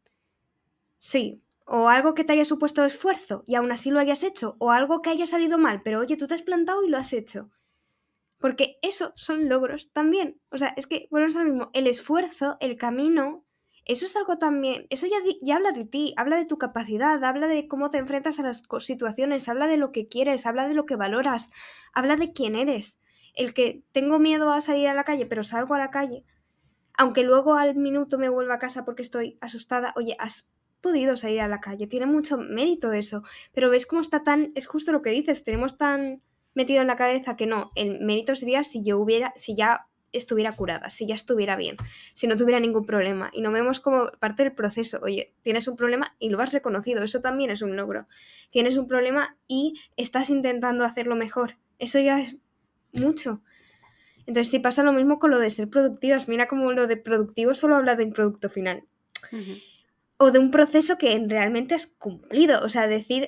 Sí, o algo que te haya supuesto esfuerzo y aún así lo hayas hecho, o algo que haya salido mal, pero oye, tú te has plantado y lo has hecho. Porque eso son logros también. O sea, es que, bueno, es lo mismo, el esfuerzo, el camino, eso es algo también, eso ya habla de ti, habla de tu capacidad, habla de cómo te enfrentas a las situaciones, habla de lo que quieres, habla de lo que valoras, habla de quién eres. El que tengo miedo a salir a la calle, pero salgo a la calle, aunque luego al minuto me vuelva a casa porque estoy asustada, oye, has podido salir a la calle, tiene mucho mérito eso, pero ves cómo está tan, es justo lo que dices, tenemos tan metido en la cabeza que no, el mérito sería si ya estuviera curada, si ya estuviera bien, si no tuviera ningún problema, y no vemos como parte del proceso, oye, tienes un problema y lo has reconocido, eso también es un logro, tienes un problema y estás intentando hacerlo mejor, eso ya es mucho. Entonces, si pasa lo mismo con lo de ser productivas, mira como lo de productivo solo habla de un producto final. Ujú. O de un proceso que realmente has cumplido. O sea,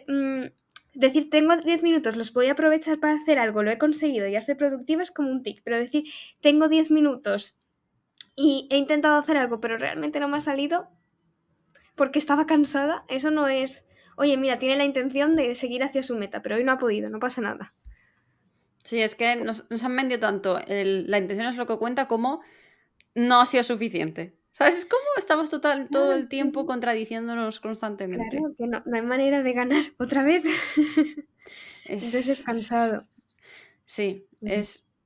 decir tengo 10 minutos, los voy a aprovechar para hacer algo, lo he conseguido, ya soy productiva, es como un tic. Pero decir, tengo 10 minutos y he intentado hacer algo, pero realmente no me ha salido porque estaba cansada, eso no es... Oye, mira, tiene la intención de seguir hacia su meta, pero hoy no ha podido, no pasa nada. Sí, es que nos han vendido tanto la intención es lo que cuenta como no ha sido suficiente. ¿Sabes? Es como estamos todo Ah, el tiempo sí. contradiciéndonos constantemente. Claro, que no hay manera de ganar otra vez. Entonces es Es... cansado. Sí, Ujú.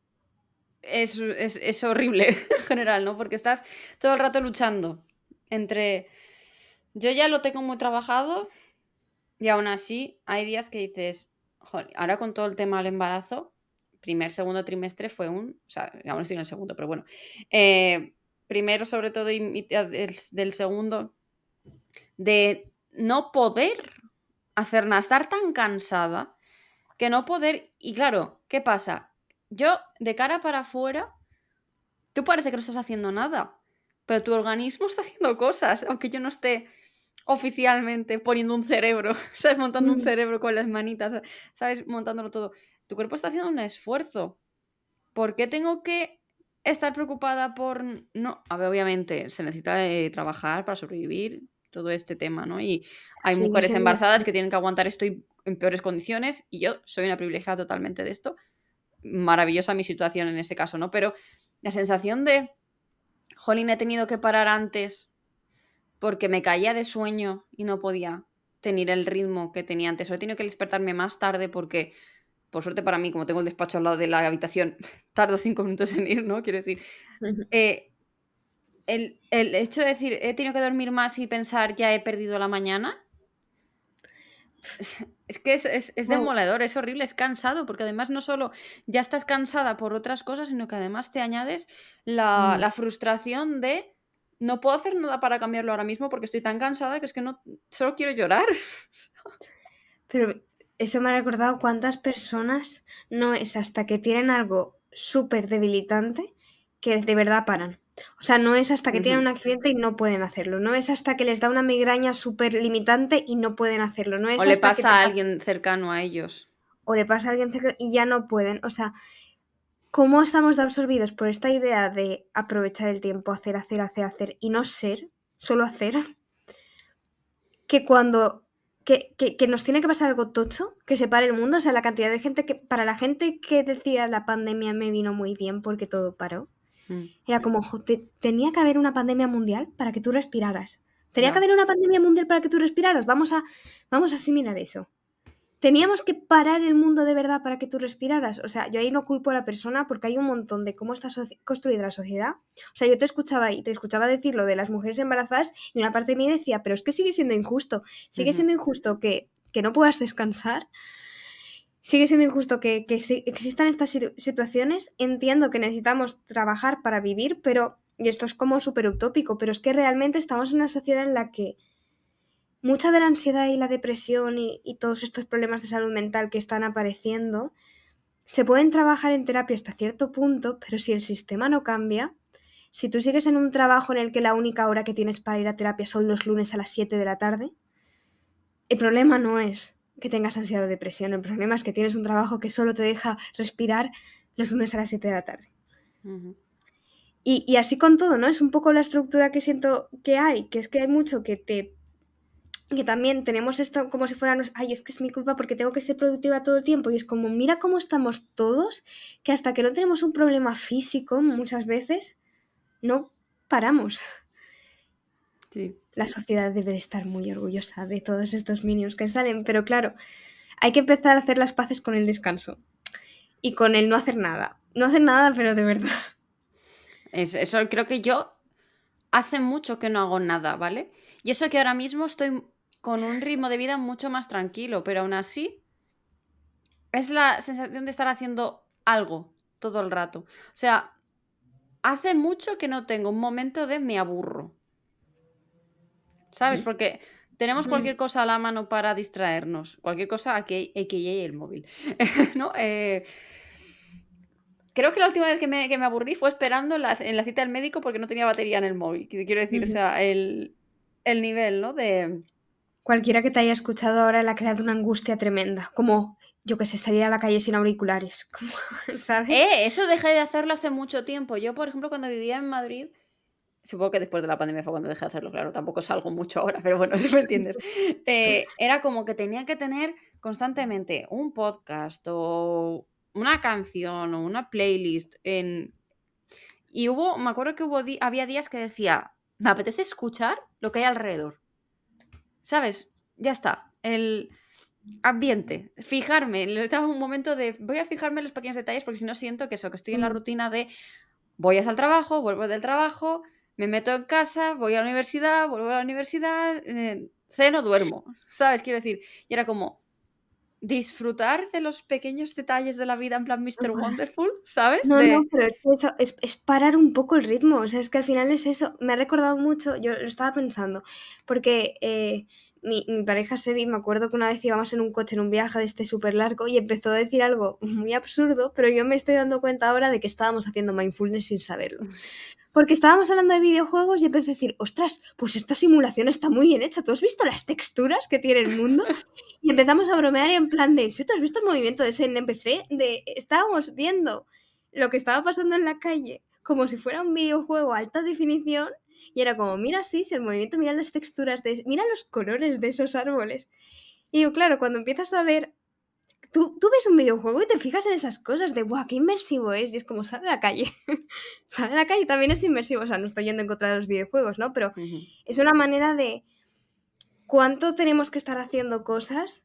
es horrible en general, ¿no? Porque estás todo el rato luchando entre yo ya lo tengo muy trabajado y aún así hay días que dices, "Jole, ahora con todo el tema del embarazo, primer, segundo trimestre fue o sea, aún estoy en el segundo, pero bueno, primero sobre todo y mitad del segundo, de no poder hacer nada, estar tan cansada que no poder, y claro, ¿qué pasa? Yo de cara para afuera tú parece que no estás haciendo nada, pero tu organismo está haciendo cosas, aunque yo no esté oficialmente poniendo un cerebro, ¿sabes? Montando un Mm, cerebro con las manitas, ¿sabes? Montándolo todo. Tu cuerpo está haciendo un esfuerzo. ¿Por qué tengo que estar preocupada por...? No, a ver, obviamente, se necesita trabajar para sobrevivir, todo este tema, ¿no? Y hay Sigue mujeres siendo embarazadas que tienen que aguantar esto en peores condiciones y yo soy una privilegiada totalmente de esto. Maravillosa mi situación en ese caso, ¿no? Pero la sensación de, jolín, he tenido que parar antes porque me caía de sueño y no podía tener el ritmo que tenía antes. O he tenido que despertarme más tarde porque, por suerte para mí, como tengo el despacho al lado de la habitación, tardo 5 minutos en ir, ¿no? Quiero decir, el hecho de decir, he tenido que dormir más y pensar, ya he perdido la mañana, es que es Wow. demoledor, es horrible, es cansado, porque además no solo ya estás cansada por otras cosas, sino que además te añades la frustración de no puedo hacer nada para cambiarlo ahora mismo porque estoy tan cansada que es que no, solo quiero llorar. Pero eso me ha recordado cuántas personas no es hasta que tienen algo súper debilitante que de verdad paran. O sea, no es hasta que tienen un accidente y no pueden hacerlo. No es hasta que les da una migraña súper limitante y no pueden hacerlo. No O es le hasta que pasa te a pasa alguien cercano a ellos. o le pasa a alguien cerca y ya no pueden. O sea, ¿cómo estamos de absorbidos por esta idea de aprovechar el tiempo, hacer y no ser, solo hacer? Que cuando que nos tiene que pasar algo tocho, que se pare el mundo, o sea, la cantidad de gente que, para la gente que decía la pandemia me vino muy bien porque todo paró, era como, tenía que haber una pandemia mundial para que tú respiraras. Tenía que Ya. haber una pandemia mundial para que tú respiraras. Vamos a asimilar eso. Teníamos que parar el mundo de verdad para que tú respiraras. O sea, yo ahí no culpo a la persona porque hay un montón de cómo está construida la sociedad. O sea, yo te escuchaba decir lo de las mujeres embarazadas y una parte de mí decía, pero es que sigue siendo injusto. Sigue siendo injusto que no puedas descansar. Sigue siendo injusto que existan estas situaciones. Entiendo que necesitamos trabajar para vivir, pero, y esto es como súper utópico, pero es que realmente estamos en una sociedad en la que mucha de la ansiedad y la depresión y todos estos problemas de salud mental que están apareciendo se pueden trabajar en terapia hasta cierto punto, pero si el sistema no cambia, si tú sigues en un trabajo en el que la única hora que tienes para ir a terapia son los lunes a las 7 de la tarde, el problema no es que tengas ansiedad o depresión, el problema es que tienes un trabajo que solo te deja respirar los lunes a las 7 de la tarde. Y así con todo, ¿no? Es un poco la estructura que siento que hay, que es que hay mucho que también tenemos esto como si fuera, ay, es que es mi culpa porque tengo que ser productiva todo el tiempo. Y es como, mira cómo estamos todos, que hasta que no tenemos un problema físico muchas veces, no paramos. Sí. La sociedad debe de estar muy orgullosa de todos estos minions que salen, pero claro, hay que empezar a hacer las paces con el descanso y con el no hacer nada. No hacer nada, pero de verdad. Eso creo que yo hace mucho que no hago nada, ¿vale? Y eso que ahora mismo estoy con un ritmo de vida mucho más tranquilo, pero aún así es la sensación de estar haciendo algo todo el rato. O sea, hace mucho que no tengo un momento de me aburro. ¿Sabes? Porque tenemos cualquier cosa a la mano para distraernos. Cualquier cosa, a.k.a. el móvil. ¿No? Creo que la última vez que me aburrí fue esperando en la cita del médico porque no tenía batería en el móvil. Quiero decir, o sea, el nivel, ¿no? De... Cualquiera que te haya escuchado ahora le ha creado una angustia tremenda. Como, yo que sé, salir a la calle sin auriculares. Como, ¿sabes? Eso dejé de hacerlo hace mucho tiempo. Yo, por ejemplo, cuando vivía en Madrid, supongo que después de la pandemia fue cuando dejé de hacerlo, claro, tampoco salgo mucho ahora, pero bueno, ¿me entiendes? Era como que tenía que tener constantemente un podcast o una canción o una playlist y me acuerdo que había días que decía, me apetece escuchar lo que hay alrededor. ¿Sabes? Ya está. El ambiente, fijarme, estaba un momento de voy a fijarme en los pequeños detalles porque si no siento que estoy en la rutina de voy hasta el trabajo, vuelvo del trabajo, me meto en casa, voy a la universidad, vuelvo a la universidad, ceno, duermo, ¿sabes? Quiero decir, y era como disfrutar de los pequeños detalles de la vida en plan Mr. Wonderful, ¿sabes? No, pero es parar un poco el ritmo. O sea, es que al final es eso. Me ha recordado mucho, yo lo estaba pensando, porque mi pareja Sebi, me acuerdo que una vez íbamos en un coche en un viaje de este súper largo y empezó a decir algo muy absurdo, pero yo me estoy dando cuenta ahora de que estábamos haciendo mindfulness sin saberlo. Porque estábamos hablando de videojuegos y empecé a decir, ostras, pues esta simulación está muy bien hecha. ¿Tú has visto las texturas que tiene el mundo? Y empezamos a bromear en plan de, ¿sí, tú has visto el movimiento de ese NPC? Estábamos viendo lo que estaba pasando en la calle como si fuera un videojuego a alta definición Y era como, mira, sí, el movimiento, mira las texturas, mira los colores de esos árboles. Y digo, claro, cuando empiezas a ver, tú ves un videojuego y te fijas en esas cosas de, ¡buah, qué inmersivo es! Y es como, sale a la calle. Sale a la calle también es inmersivo. O sea, no estoy yendo en contra de los videojuegos, ¿no? Pero es una manera de cuánto tenemos que estar haciendo cosas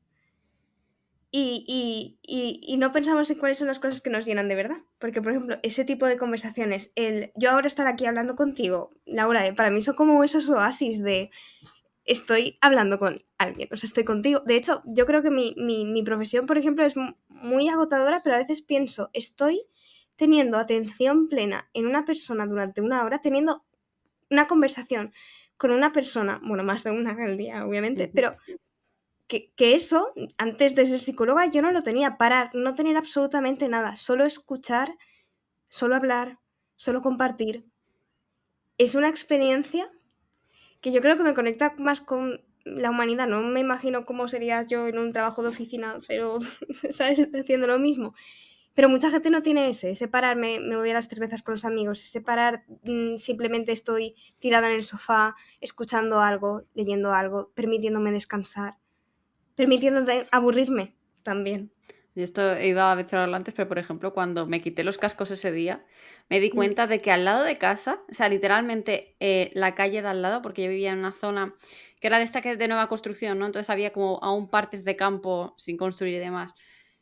y no pensamos en cuáles son las cosas que nos llenan de verdad. Porque, por ejemplo, ese tipo de conversaciones, yo ahora estar aquí hablando contigo, Laura, para mí son como esos oasis de estoy hablando con alguien, o sea, estoy contigo. De hecho, yo creo que mi profesión, por ejemplo, es muy agotadora, pero a veces pienso, estoy teniendo atención plena en una persona durante una hora, teniendo una conversación con una persona, bueno, más de una al día, obviamente, pero que eso, antes de ser psicóloga, yo no lo tenía, parar, no tener absolutamente nada, solo escuchar, solo hablar, solo compartir. Es una experiencia que yo creo que me conecta más con la humanidad. No me imagino cómo sería yo en un trabajo de oficina, pero, ¿sabes? Haciendo lo mismo. Pero mucha gente no tiene ese parar, me voy a las cervezas con los amigos, ese parar, simplemente estoy tirada en el sofá, escuchando algo, leyendo algo, permitiéndome descansar, permitiéndome aburrirme también. Y esto iba a mencionarlo antes, pero por ejemplo, cuando me quité los cascos ese día, me di cuenta de que al lado de casa, o sea, literalmente la calle de al lado, porque yo vivía en una zona que era de esta que es de nueva construcción, ¿no? Entonces había como aún partes de campo sin construir y demás.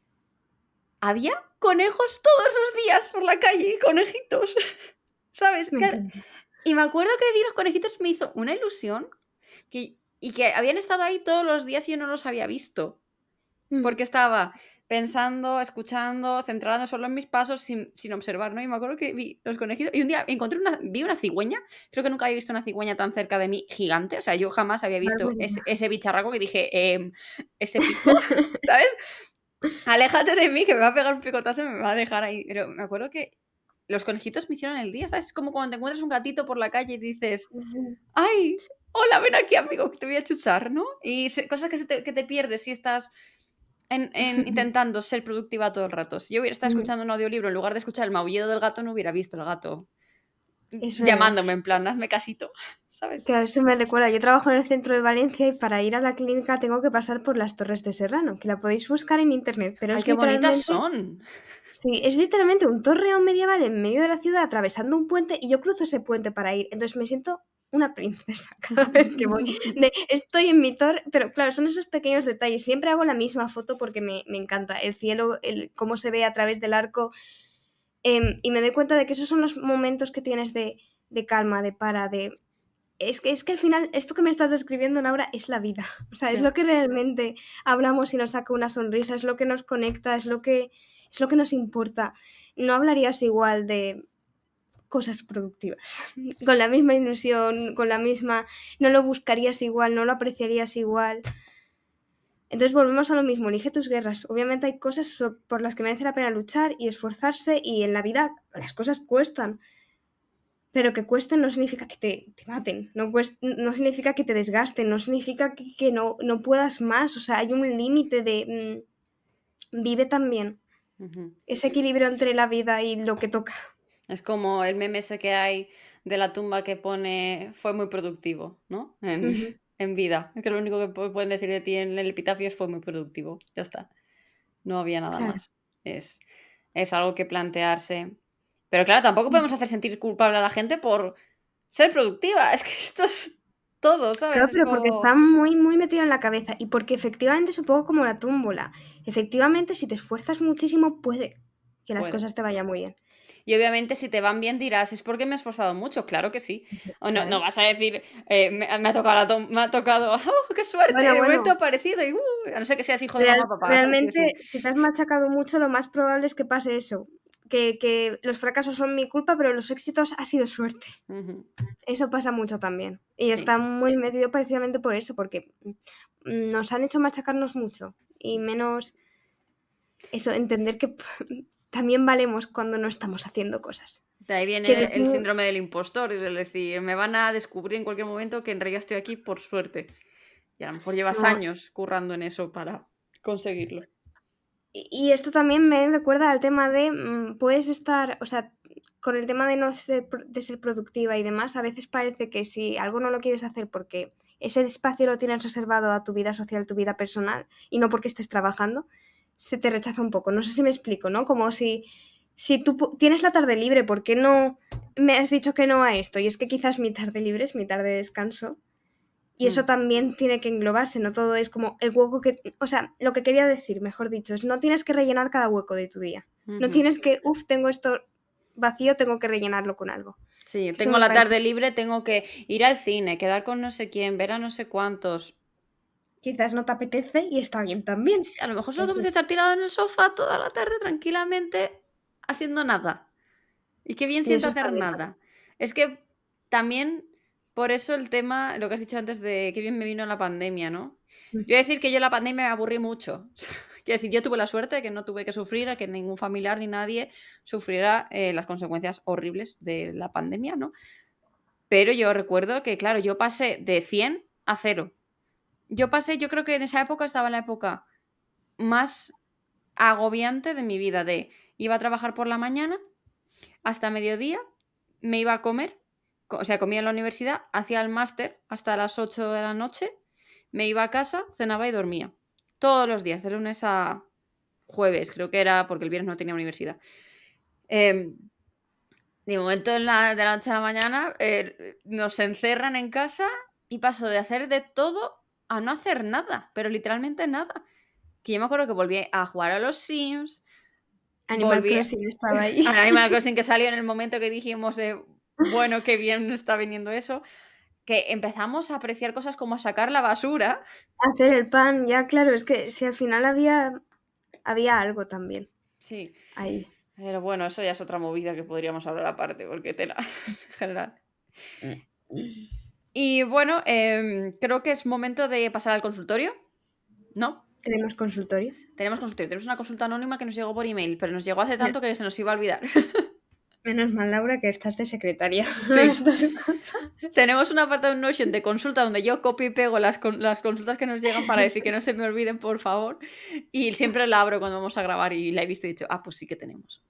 Había conejos todos los días por la calle, conejitos, ¿sabes? Me encanta. Y me acuerdo que vi los conejitos, me hizo una ilusión y que habían estado ahí todos los días y yo no los había visto. Porque estaba pensando, escuchando, centrada solo en mis pasos sin observar, ¿no? Y me acuerdo que vi los conejitos. Y un día vi una cigüeña. Creo que nunca había visto una cigüeña tan cerca de mí, gigante. O sea, yo jamás había visto ese bicharraco que dije, ese pico, ¿sabes? Aléjate de mí, que me va a pegar un picotazo y me va a dejar ahí. Pero me acuerdo que los conejitos me hicieron el día, ¿sabes? Es como cuando te encuentras un gatito por la calle y dices, ¡ay! Hola, ven aquí, amigo, que te voy a chuchar, ¿no? Y cosas que te pierdes si estás intentando ser productiva todo el rato. Si yo hubiera estado escuchando un audiolibro, en lugar de escuchar el maullido del gato, no hubiera visto el gato Es verdad. llamándome en plan, hazme casito, ¿sabes? Claro, eso me recuerda. Yo trabajo en el centro de Valencia y para ir a la clínica tengo que pasar por las Torres de Serrano, que la podéis buscar en internet, pero ¡Ay, es qué bonitas literalmente, son! sí, es literalmente un torreón medieval en medio de la ciudad atravesando un puente y yo cruzo ese puente para ir. Entonces me siento una princesa cada vez que voy. Estoy en mi torre, pero claro, son esos pequeños detalles. Siempre hago la misma foto porque me encanta el cielo, cómo se ve a través del arco. Y me doy cuenta de que esos son los momentos que tienes de calma, de para, de... Es que al final, esto que me estás describiendo, Laura, es la vida. O sea, es Sí. lo que realmente hablamos y nos saca una sonrisa, es lo que nos conecta, es lo que nos importa. No hablarías igual de cosas productivas, con la misma ilusión, con la misma... No lo buscarías igual, no lo apreciarías igual. Entonces volvemos a lo mismo, elige tus guerras. Obviamente hay cosas por las que merece la pena luchar y esforzarse y en la vida las cosas cuestan. Pero que cuesten no significa que te maten, no significa que te desgasten, no significa que no puedas más. O sea, hay un límite de vive también. Ese equilibrio entre la vida y lo que toca. Es como el meme ese que hay de la tumba que pone fue muy productivo, ¿no? En vida. Es que lo único que pueden decir de ti en el epitafio es fue muy productivo. Ya está. No había nada Claro. más. Es algo que plantearse. Pero claro, tampoco podemos hacer sentir culpable a la gente por ser productiva. Es que esto es todo, ¿sabes? Claro, Es pero porque como... está muy, muy metido en la cabeza y porque efectivamente es un poco como la tómbola. Efectivamente, si te esfuerzas muchísimo, puede que las Puede. cosas te vayan muy bien. Y obviamente si te van bien dirás, es porque me he esforzado mucho, claro que sí. O no, no Claro. vas a decir, me ha tocado me ha tocado, ¡oh, qué suerte! Bueno, De momento bueno. ha aparecido y a no ser que seas hijo de mamá o papá, ¿sabes? Quiero decir. Realmente, si te has machacado mucho, lo más probable es que pase eso. Que los fracasos son mi culpa, pero los éxitos ha sido suerte. Ujú, Eso pasa mucho también. Y sí. está muy metido precisamente por eso, porque nos han hecho machacarnos mucho. Y menos eso, entender que también valemos cuando no estamos haciendo cosas. De ahí Que viene el síndrome del impostor, es decir, me van a descubrir en cualquier momento que en realidad estoy aquí por suerte. Y a lo mejor llevas no. años currando en eso para conseguirlo. Y esto también me recuerda al tema de puedes estar, o sea, con el tema de no de ser productiva y demás, a veces parece que si algo no lo quieres hacer porque ese espacio lo tienes reservado a tu vida social, tu vida personal, y no porque estés trabajando, se te rechaza un poco. No sé si me explico, ¿no? Como si tú tienes la tarde libre, ¿por qué no me has dicho que no a esto? Y es que quizás mi tarde libre es mi tarde de descanso. Y eso también tiene que englobarse, no todo es como el hueco que... O sea, lo que quería decir, mejor dicho, es no tienes que rellenar cada hueco de tu día. No tienes que, tengo esto vacío, tengo que rellenarlo con algo. Sí, tengo la tarde libre, tengo que ir al cine, quedar con no sé quién, ver a no sé cuántos. Quizás no te apetece y está bien también. Sí, a lo mejor solo te apetece estar tirado en el sofá toda la tarde tranquilamente haciendo nada. Y qué bien siento hacer nada. Es que también, por eso el tema, lo que has dicho antes de qué bien me vino la pandemia, ¿no? Yo voy a decir que yo la pandemia me aburrí mucho. Quiero decir, yo tuve la suerte de que no tuve que sufrir, a que ningún familiar ni nadie sufriera las consecuencias horribles de la pandemia, ¿no? Pero yo recuerdo que, claro, yo pasé de 100 a 0. Yo creo que en esa época estaba en la época más agobiante de mi vida, iba a trabajar por la mañana, hasta mediodía, me iba a comer, o sea, comía en la universidad, hacía el máster hasta las 8 de la noche, me iba a casa, cenaba y dormía. Todos los días, de lunes a jueves, creo que era porque el viernes no tenía universidad. De momento, de la noche a la mañana, nos encerran en casa y paso de hacer de todo a no hacer nada, pero literalmente nada. Que yo me acuerdo que volví a jugar a los Sims. Animal Crossing estaba ahí. Animal Crossing, que salió en el momento que dijimos, bueno, qué bien está viniendo eso. Que empezamos a apreciar cosas como a sacar la basura. Hacer el pan, ya claro, es que si al final había algo también. Sí. Ahí. Pero bueno, eso ya es otra movida que podríamos hablar aparte, porque tela, en general. Y bueno, creo que es momento de pasar al consultorio, ¿no? ¿Tenemos consultorio? Tenemos consultorio. Tenemos una consulta anónima que nos llegó por email, pero nos llegó hace tanto que se nos iba a olvidar. Menos mal, Laura, que estás de secretaria. Sí. Tenemos un apartado en Notion de consulta donde yo copio y pego las consultas que nos llegan para decir que no se me olviden, por favor. Y siempre la abro cuando vamos a grabar y la he visto y he dicho, pues sí que tenemos.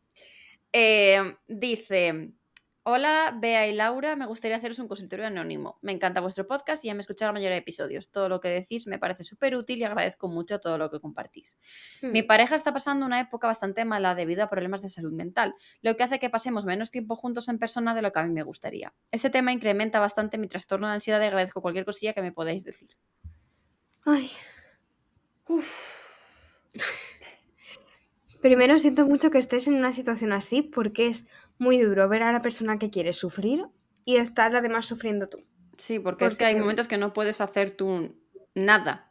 Dice... Hola, Bea y Laura, me gustaría haceros un consultorio anónimo. Me encanta vuestro podcast y ya me he escuchado la mayoría de episodios. Todo lo que decís me parece súper útil y agradezco mucho todo lo que compartís. Mi pareja está pasando una época bastante mala debido a problemas de salud mental, lo que hace que pasemos menos tiempo juntos en persona de lo que a mí me gustaría. Este tema incrementa bastante mi trastorno de ansiedad y agradezco cualquier cosilla que me podáis decir. Ay. Primero, siento mucho que estés en una situación así porque es muy duro ver a la persona que quieres sufrir y estar además sufriendo tú. Sí, porque es que hay momentos que no puedes hacer tú nada.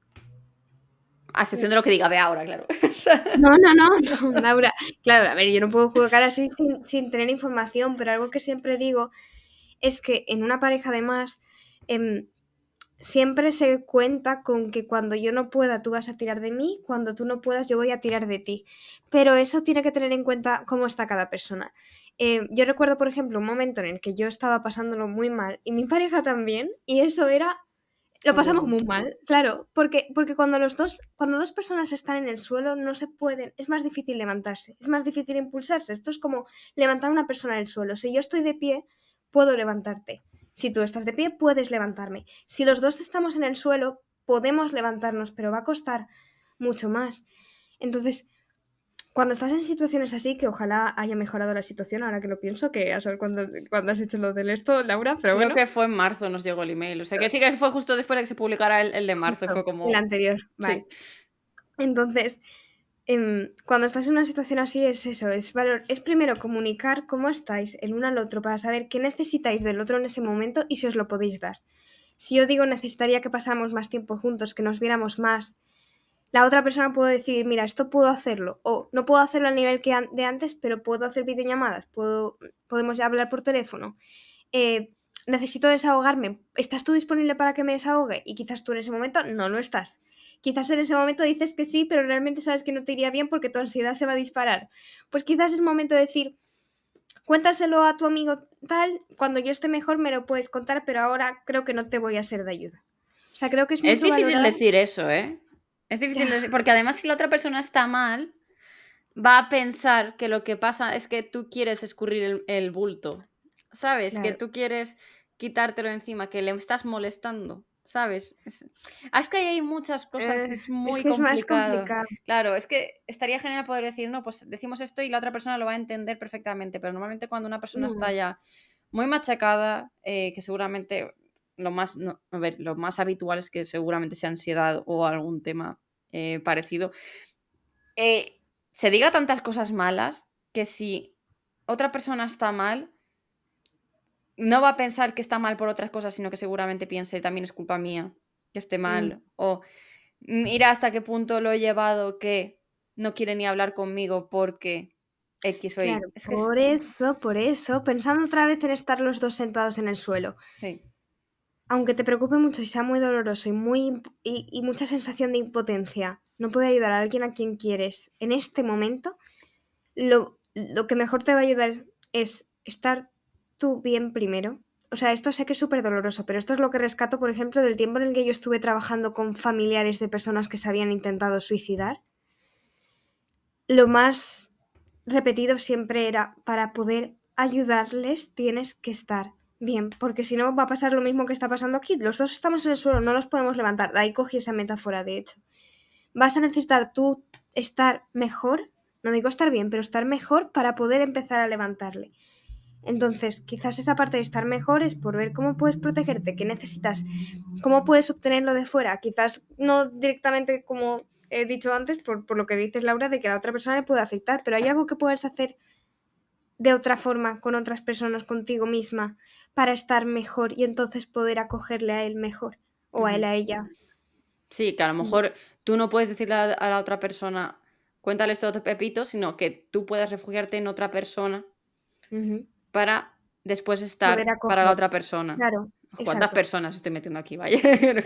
A excepción de lo que diga Bea ahora, claro. No, Laura. Claro, a ver, yo no puedo jugar así sin tener información, pero algo que siempre digo es que en una pareja además siempre se cuenta con que cuando yo no pueda tú vas a tirar de mí, cuando tú no puedas yo voy a tirar de ti. Pero eso tiene que tener en cuenta cómo está cada persona. Yo recuerdo, por ejemplo, un momento en el que yo estaba pasándolo muy mal y mi pareja también, y eso era... Lo pasamos muy mal, claro, porque cuando dos personas están en el suelo no se pueden, es más difícil levantarse, es más difícil impulsarse. Esto es como levantar a una persona del suelo. Si yo estoy de pie, puedo levantarte. Si tú estás de pie, puedes levantarme. Si los dos estamos en el suelo, podemos levantarnos, pero va a costar mucho más. Entonces, cuando estás en situaciones así, que ojalá haya mejorado la situación, ahora que lo pienso, que a saber cuando has hecho lo del esto, Laura, pero Creo bueno. que fue en marzo nos llegó el email. O sea, que decir que fue justo después de que se publicara el de marzo. Fue como... El anterior, vale. Sí. Entonces, cuando estás en una situación así es eso, es primero comunicar cómo estáis el uno al otro para saber qué necesitáis del otro en ese momento y si os lo podéis dar. Si yo digo necesitaría que pasáramos más tiempo juntos, que nos viéramos más, la otra persona puede decir, mira, esto puedo hacerlo, o no puedo hacerlo al nivel de antes, pero puedo hacer videollamadas, podemos ya hablar por teléfono. Necesito desahogarme, ¿estás tú disponible para que me desahogue? Y quizás tú en ese momento no lo estás. Quizás en ese momento dices que sí, pero realmente sabes que no te iría bien porque tu ansiedad se va a disparar. Pues quizás es momento de decir, cuéntaselo a tu amigo tal, cuando yo esté mejor me lo puedes contar, pero ahora creo que no te voy a ser de ayuda. O sea, creo que es mucho difícil decir eso, ¿eh? Es difícil decir, porque además si la otra persona está mal, va a pensar que lo que pasa es que tú quieres escurrir el bulto, ¿sabes? Que Claro. tú quieres quitártelo encima, que le estás molestando, ¿sabes? Es que ahí hay muchas cosas, es Es muy que es más complicado. complicado. Claro, es que estaría genial poder decir, no, pues decimos esto y la otra persona lo va a entender perfectamente, pero normalmente cuando una persona está No, ya muy machacada, que seguramente lo más habitual es que seguramente sea ansiedad o algún tema parecido, se diga tantas cosas malas que si otra persona está mal, no va a pensar que está mal por otras cosas, sino que seguramente piense también es culpa mía que esté mm, mal. O mira hasta qué punto lo he llevado que no quiere ni hablar conmigo porque X o claro, Y. Es que es. por eso, pensando otra vez en estar los dos sentados en el suelo, Sí. aunque te preocupe mucho y sea muy doloroso y mucha sensación de impotencia, no puede ayudar a alguien a quien quieres en este momento, lo que mejor te va a ayudar es estar tú bien primero. O sea, esto sé que es súper doloroso, pero esto es lo que rescato, por ejemplo, del tiempo en el que yo estuve trabajando con familiares de personas que se habían intentado suicidar. Lo más repetido siempre era, para poder ayudarles tienes que estar bien, porque si no va a pasar lo mismo que está pasando aquí. Los dos estamos en el suelo, no nos podemos levantar. De ahí cogí esa metáfora, de hecho. Vas a necesitar tú estar mejor, no digo estar bien, pero estar mejor para poder empezar a levantarle. Entonces, quizás esa parte de estar mejor es por ver cómo puedes protegerte, qué necesitas, cómo puedes obtenerlo de fuera. Quizás no directamente como he dicho antes, por lo que dices, Laura, de que a la otra persona le puede afectar, pero hay algo que puedes hacer de otra forma con otras personas, contigo misma, para estar mejor y entonces poder acogerle a él mejor o a él Ujú. a ella. Sí, que a lo mejor tú no puedes decirle a la otra persona, cuéntale esto de Pepito, sino que tú puedes refugiarte en otra persona Ujú. para después Poder estar para la acoger. otra persona. Claro, ¿Cuántas exacto. personas estoy metiendo aquí? Vaya.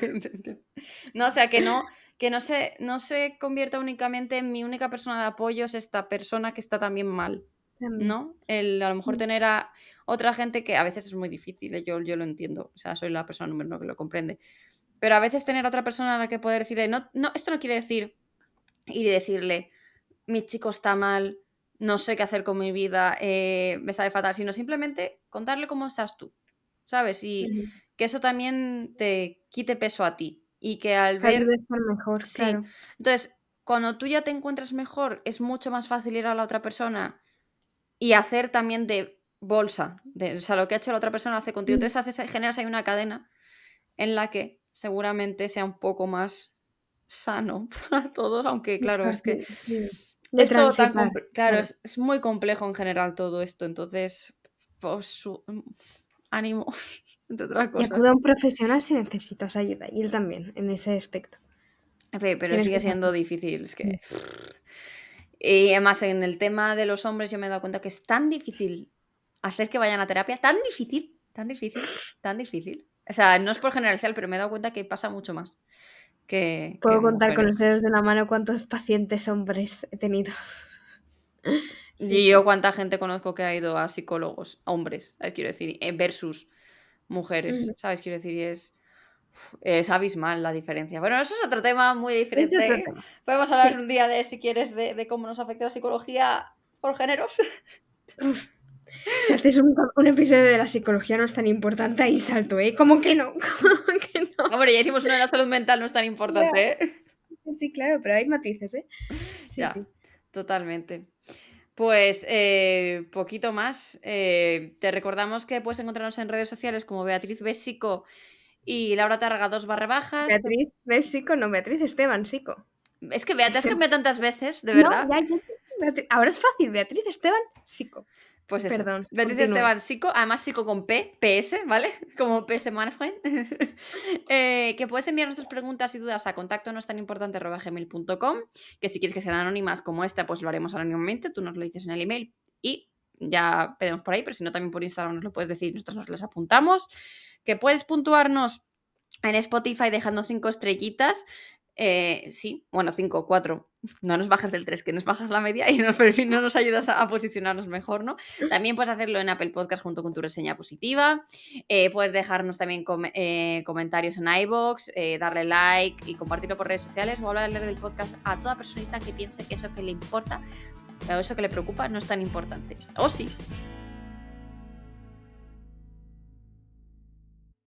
No, o sea, que no se convierta únicamente en mi única persona de apoyo es esta persona que está también mal, También. ¿no? A lo mejor tener a otra gente que a veces es muy difícil, yo lo entiendo, o sea, soy la persona número 1 que lo comprende, pero a veces tener a otra persona a la que poder decirle: "No, esto no quiere decir", ir y decirle: "Mi chico está mal, no sé qué hacer con mi vida, me sabe fatal", sino simplemente contarle cómo estás tú, ¿sabes? Y Ujú. que eso también te quite peso a ti. Y que al Te ayude ver. a estar mejor, Sí. claro. Entonces, cuando tú ya te encuentras mejor, es mucho más fácil ir a la otra persona y hacer también de bolsa, o sea, lo que ha hecho la otra persona lo hace contigo. Mm. Entonces generas ahí una cadena en la que seguramente sea un poco más sano para todos, aunque Es claro, es que fácil, sí, de es todo tan transitar, claro, claro. es muy complejo en general todo esto, entonces, pues, ánimo, entre otras Y cosas. acude a un profesional si necesitas ayuda, y él también, en ese aspecto. Pero Tienes sigue que siendo saber. difícil, es Mm. que y además en el tema de los hombres yo me he dado cuenta que es tan difícil hacer que vayan a terapia, tan difícil, tan difícil, tan difícil. O sea, no es por generalizar, pero me he dado cuenta que pasa mucho más que Puedo en contar con los mujeres. dedos de la mano cuántos pacientes hombres he tenido. Sí, Y yo sí. cuánta gente conozco que ha ido a psicólogos, a hombres, ¿sabes? Quiero decir, versus mujeres, Ujú. ¿sabes? Quiero decir, es abismal la diferencia. Bueno, eso es otro tema muy Es otro diferente. tema. Podemos hablar Sí. un día de, si quieres, de cómo nos afecta la psicología por géneros. Uf. Si haces un episodio de la psicología no es tan importante, ahí salto, ¿eh? ¿Cómo que no? ¿Cómo que no? Hombre, ya hicimos uno de la salud mental, no es tan Ya. importante, ¿eh? Sí, sí, claro, pero hay matices, ¿eh? Sí, Ya, sí. totalmente. Pues, poquito más. Te recordamos que puedes encontrarnos en redes sociales como Beatriz Besico y Laura Tárraga 2 _. Beatriz, ¿ves? Psico, no, Beatriz Esteban, psico. Es que te has Ese- cambiado tantas veces, de No, verdad. ya, ya. Ahora es fácil, Beatriz Esteban, psico. Pues eso, Perdón, Beatriz continúe. Esteban Psico, además Psico con P, PS, ¿vale? Como PS Management. Que puedes enviarnos tus preguntas y dudas a contacto no es tan importante @gmail.com, que si quieres que sean anónimas como esta, pues lo haremos anónimamente, tú nos lo dices en el email y ya pedimos por ahí, pero si no también por Instagram nos lo puedes decir y nosotros nos las apuntamos. Que puedes puntuarnos en Spotify dejando 5 estrellitas. Sí, bueno, 5, 4. No nos bajas del 3, que nos bajas la media y no nos ayudas a posicionarnos mejor, ¿no? También puedes hacerlo en Apple Podcast junto con tu reseña positiva. Puedes dejarnos también comentarios en iVoox, darle like y compartirlo por redes sociales o hablarle del podcast a toda personita que piense que eso que le importa Claro, eso que le preocupa no es tan importante. O sí.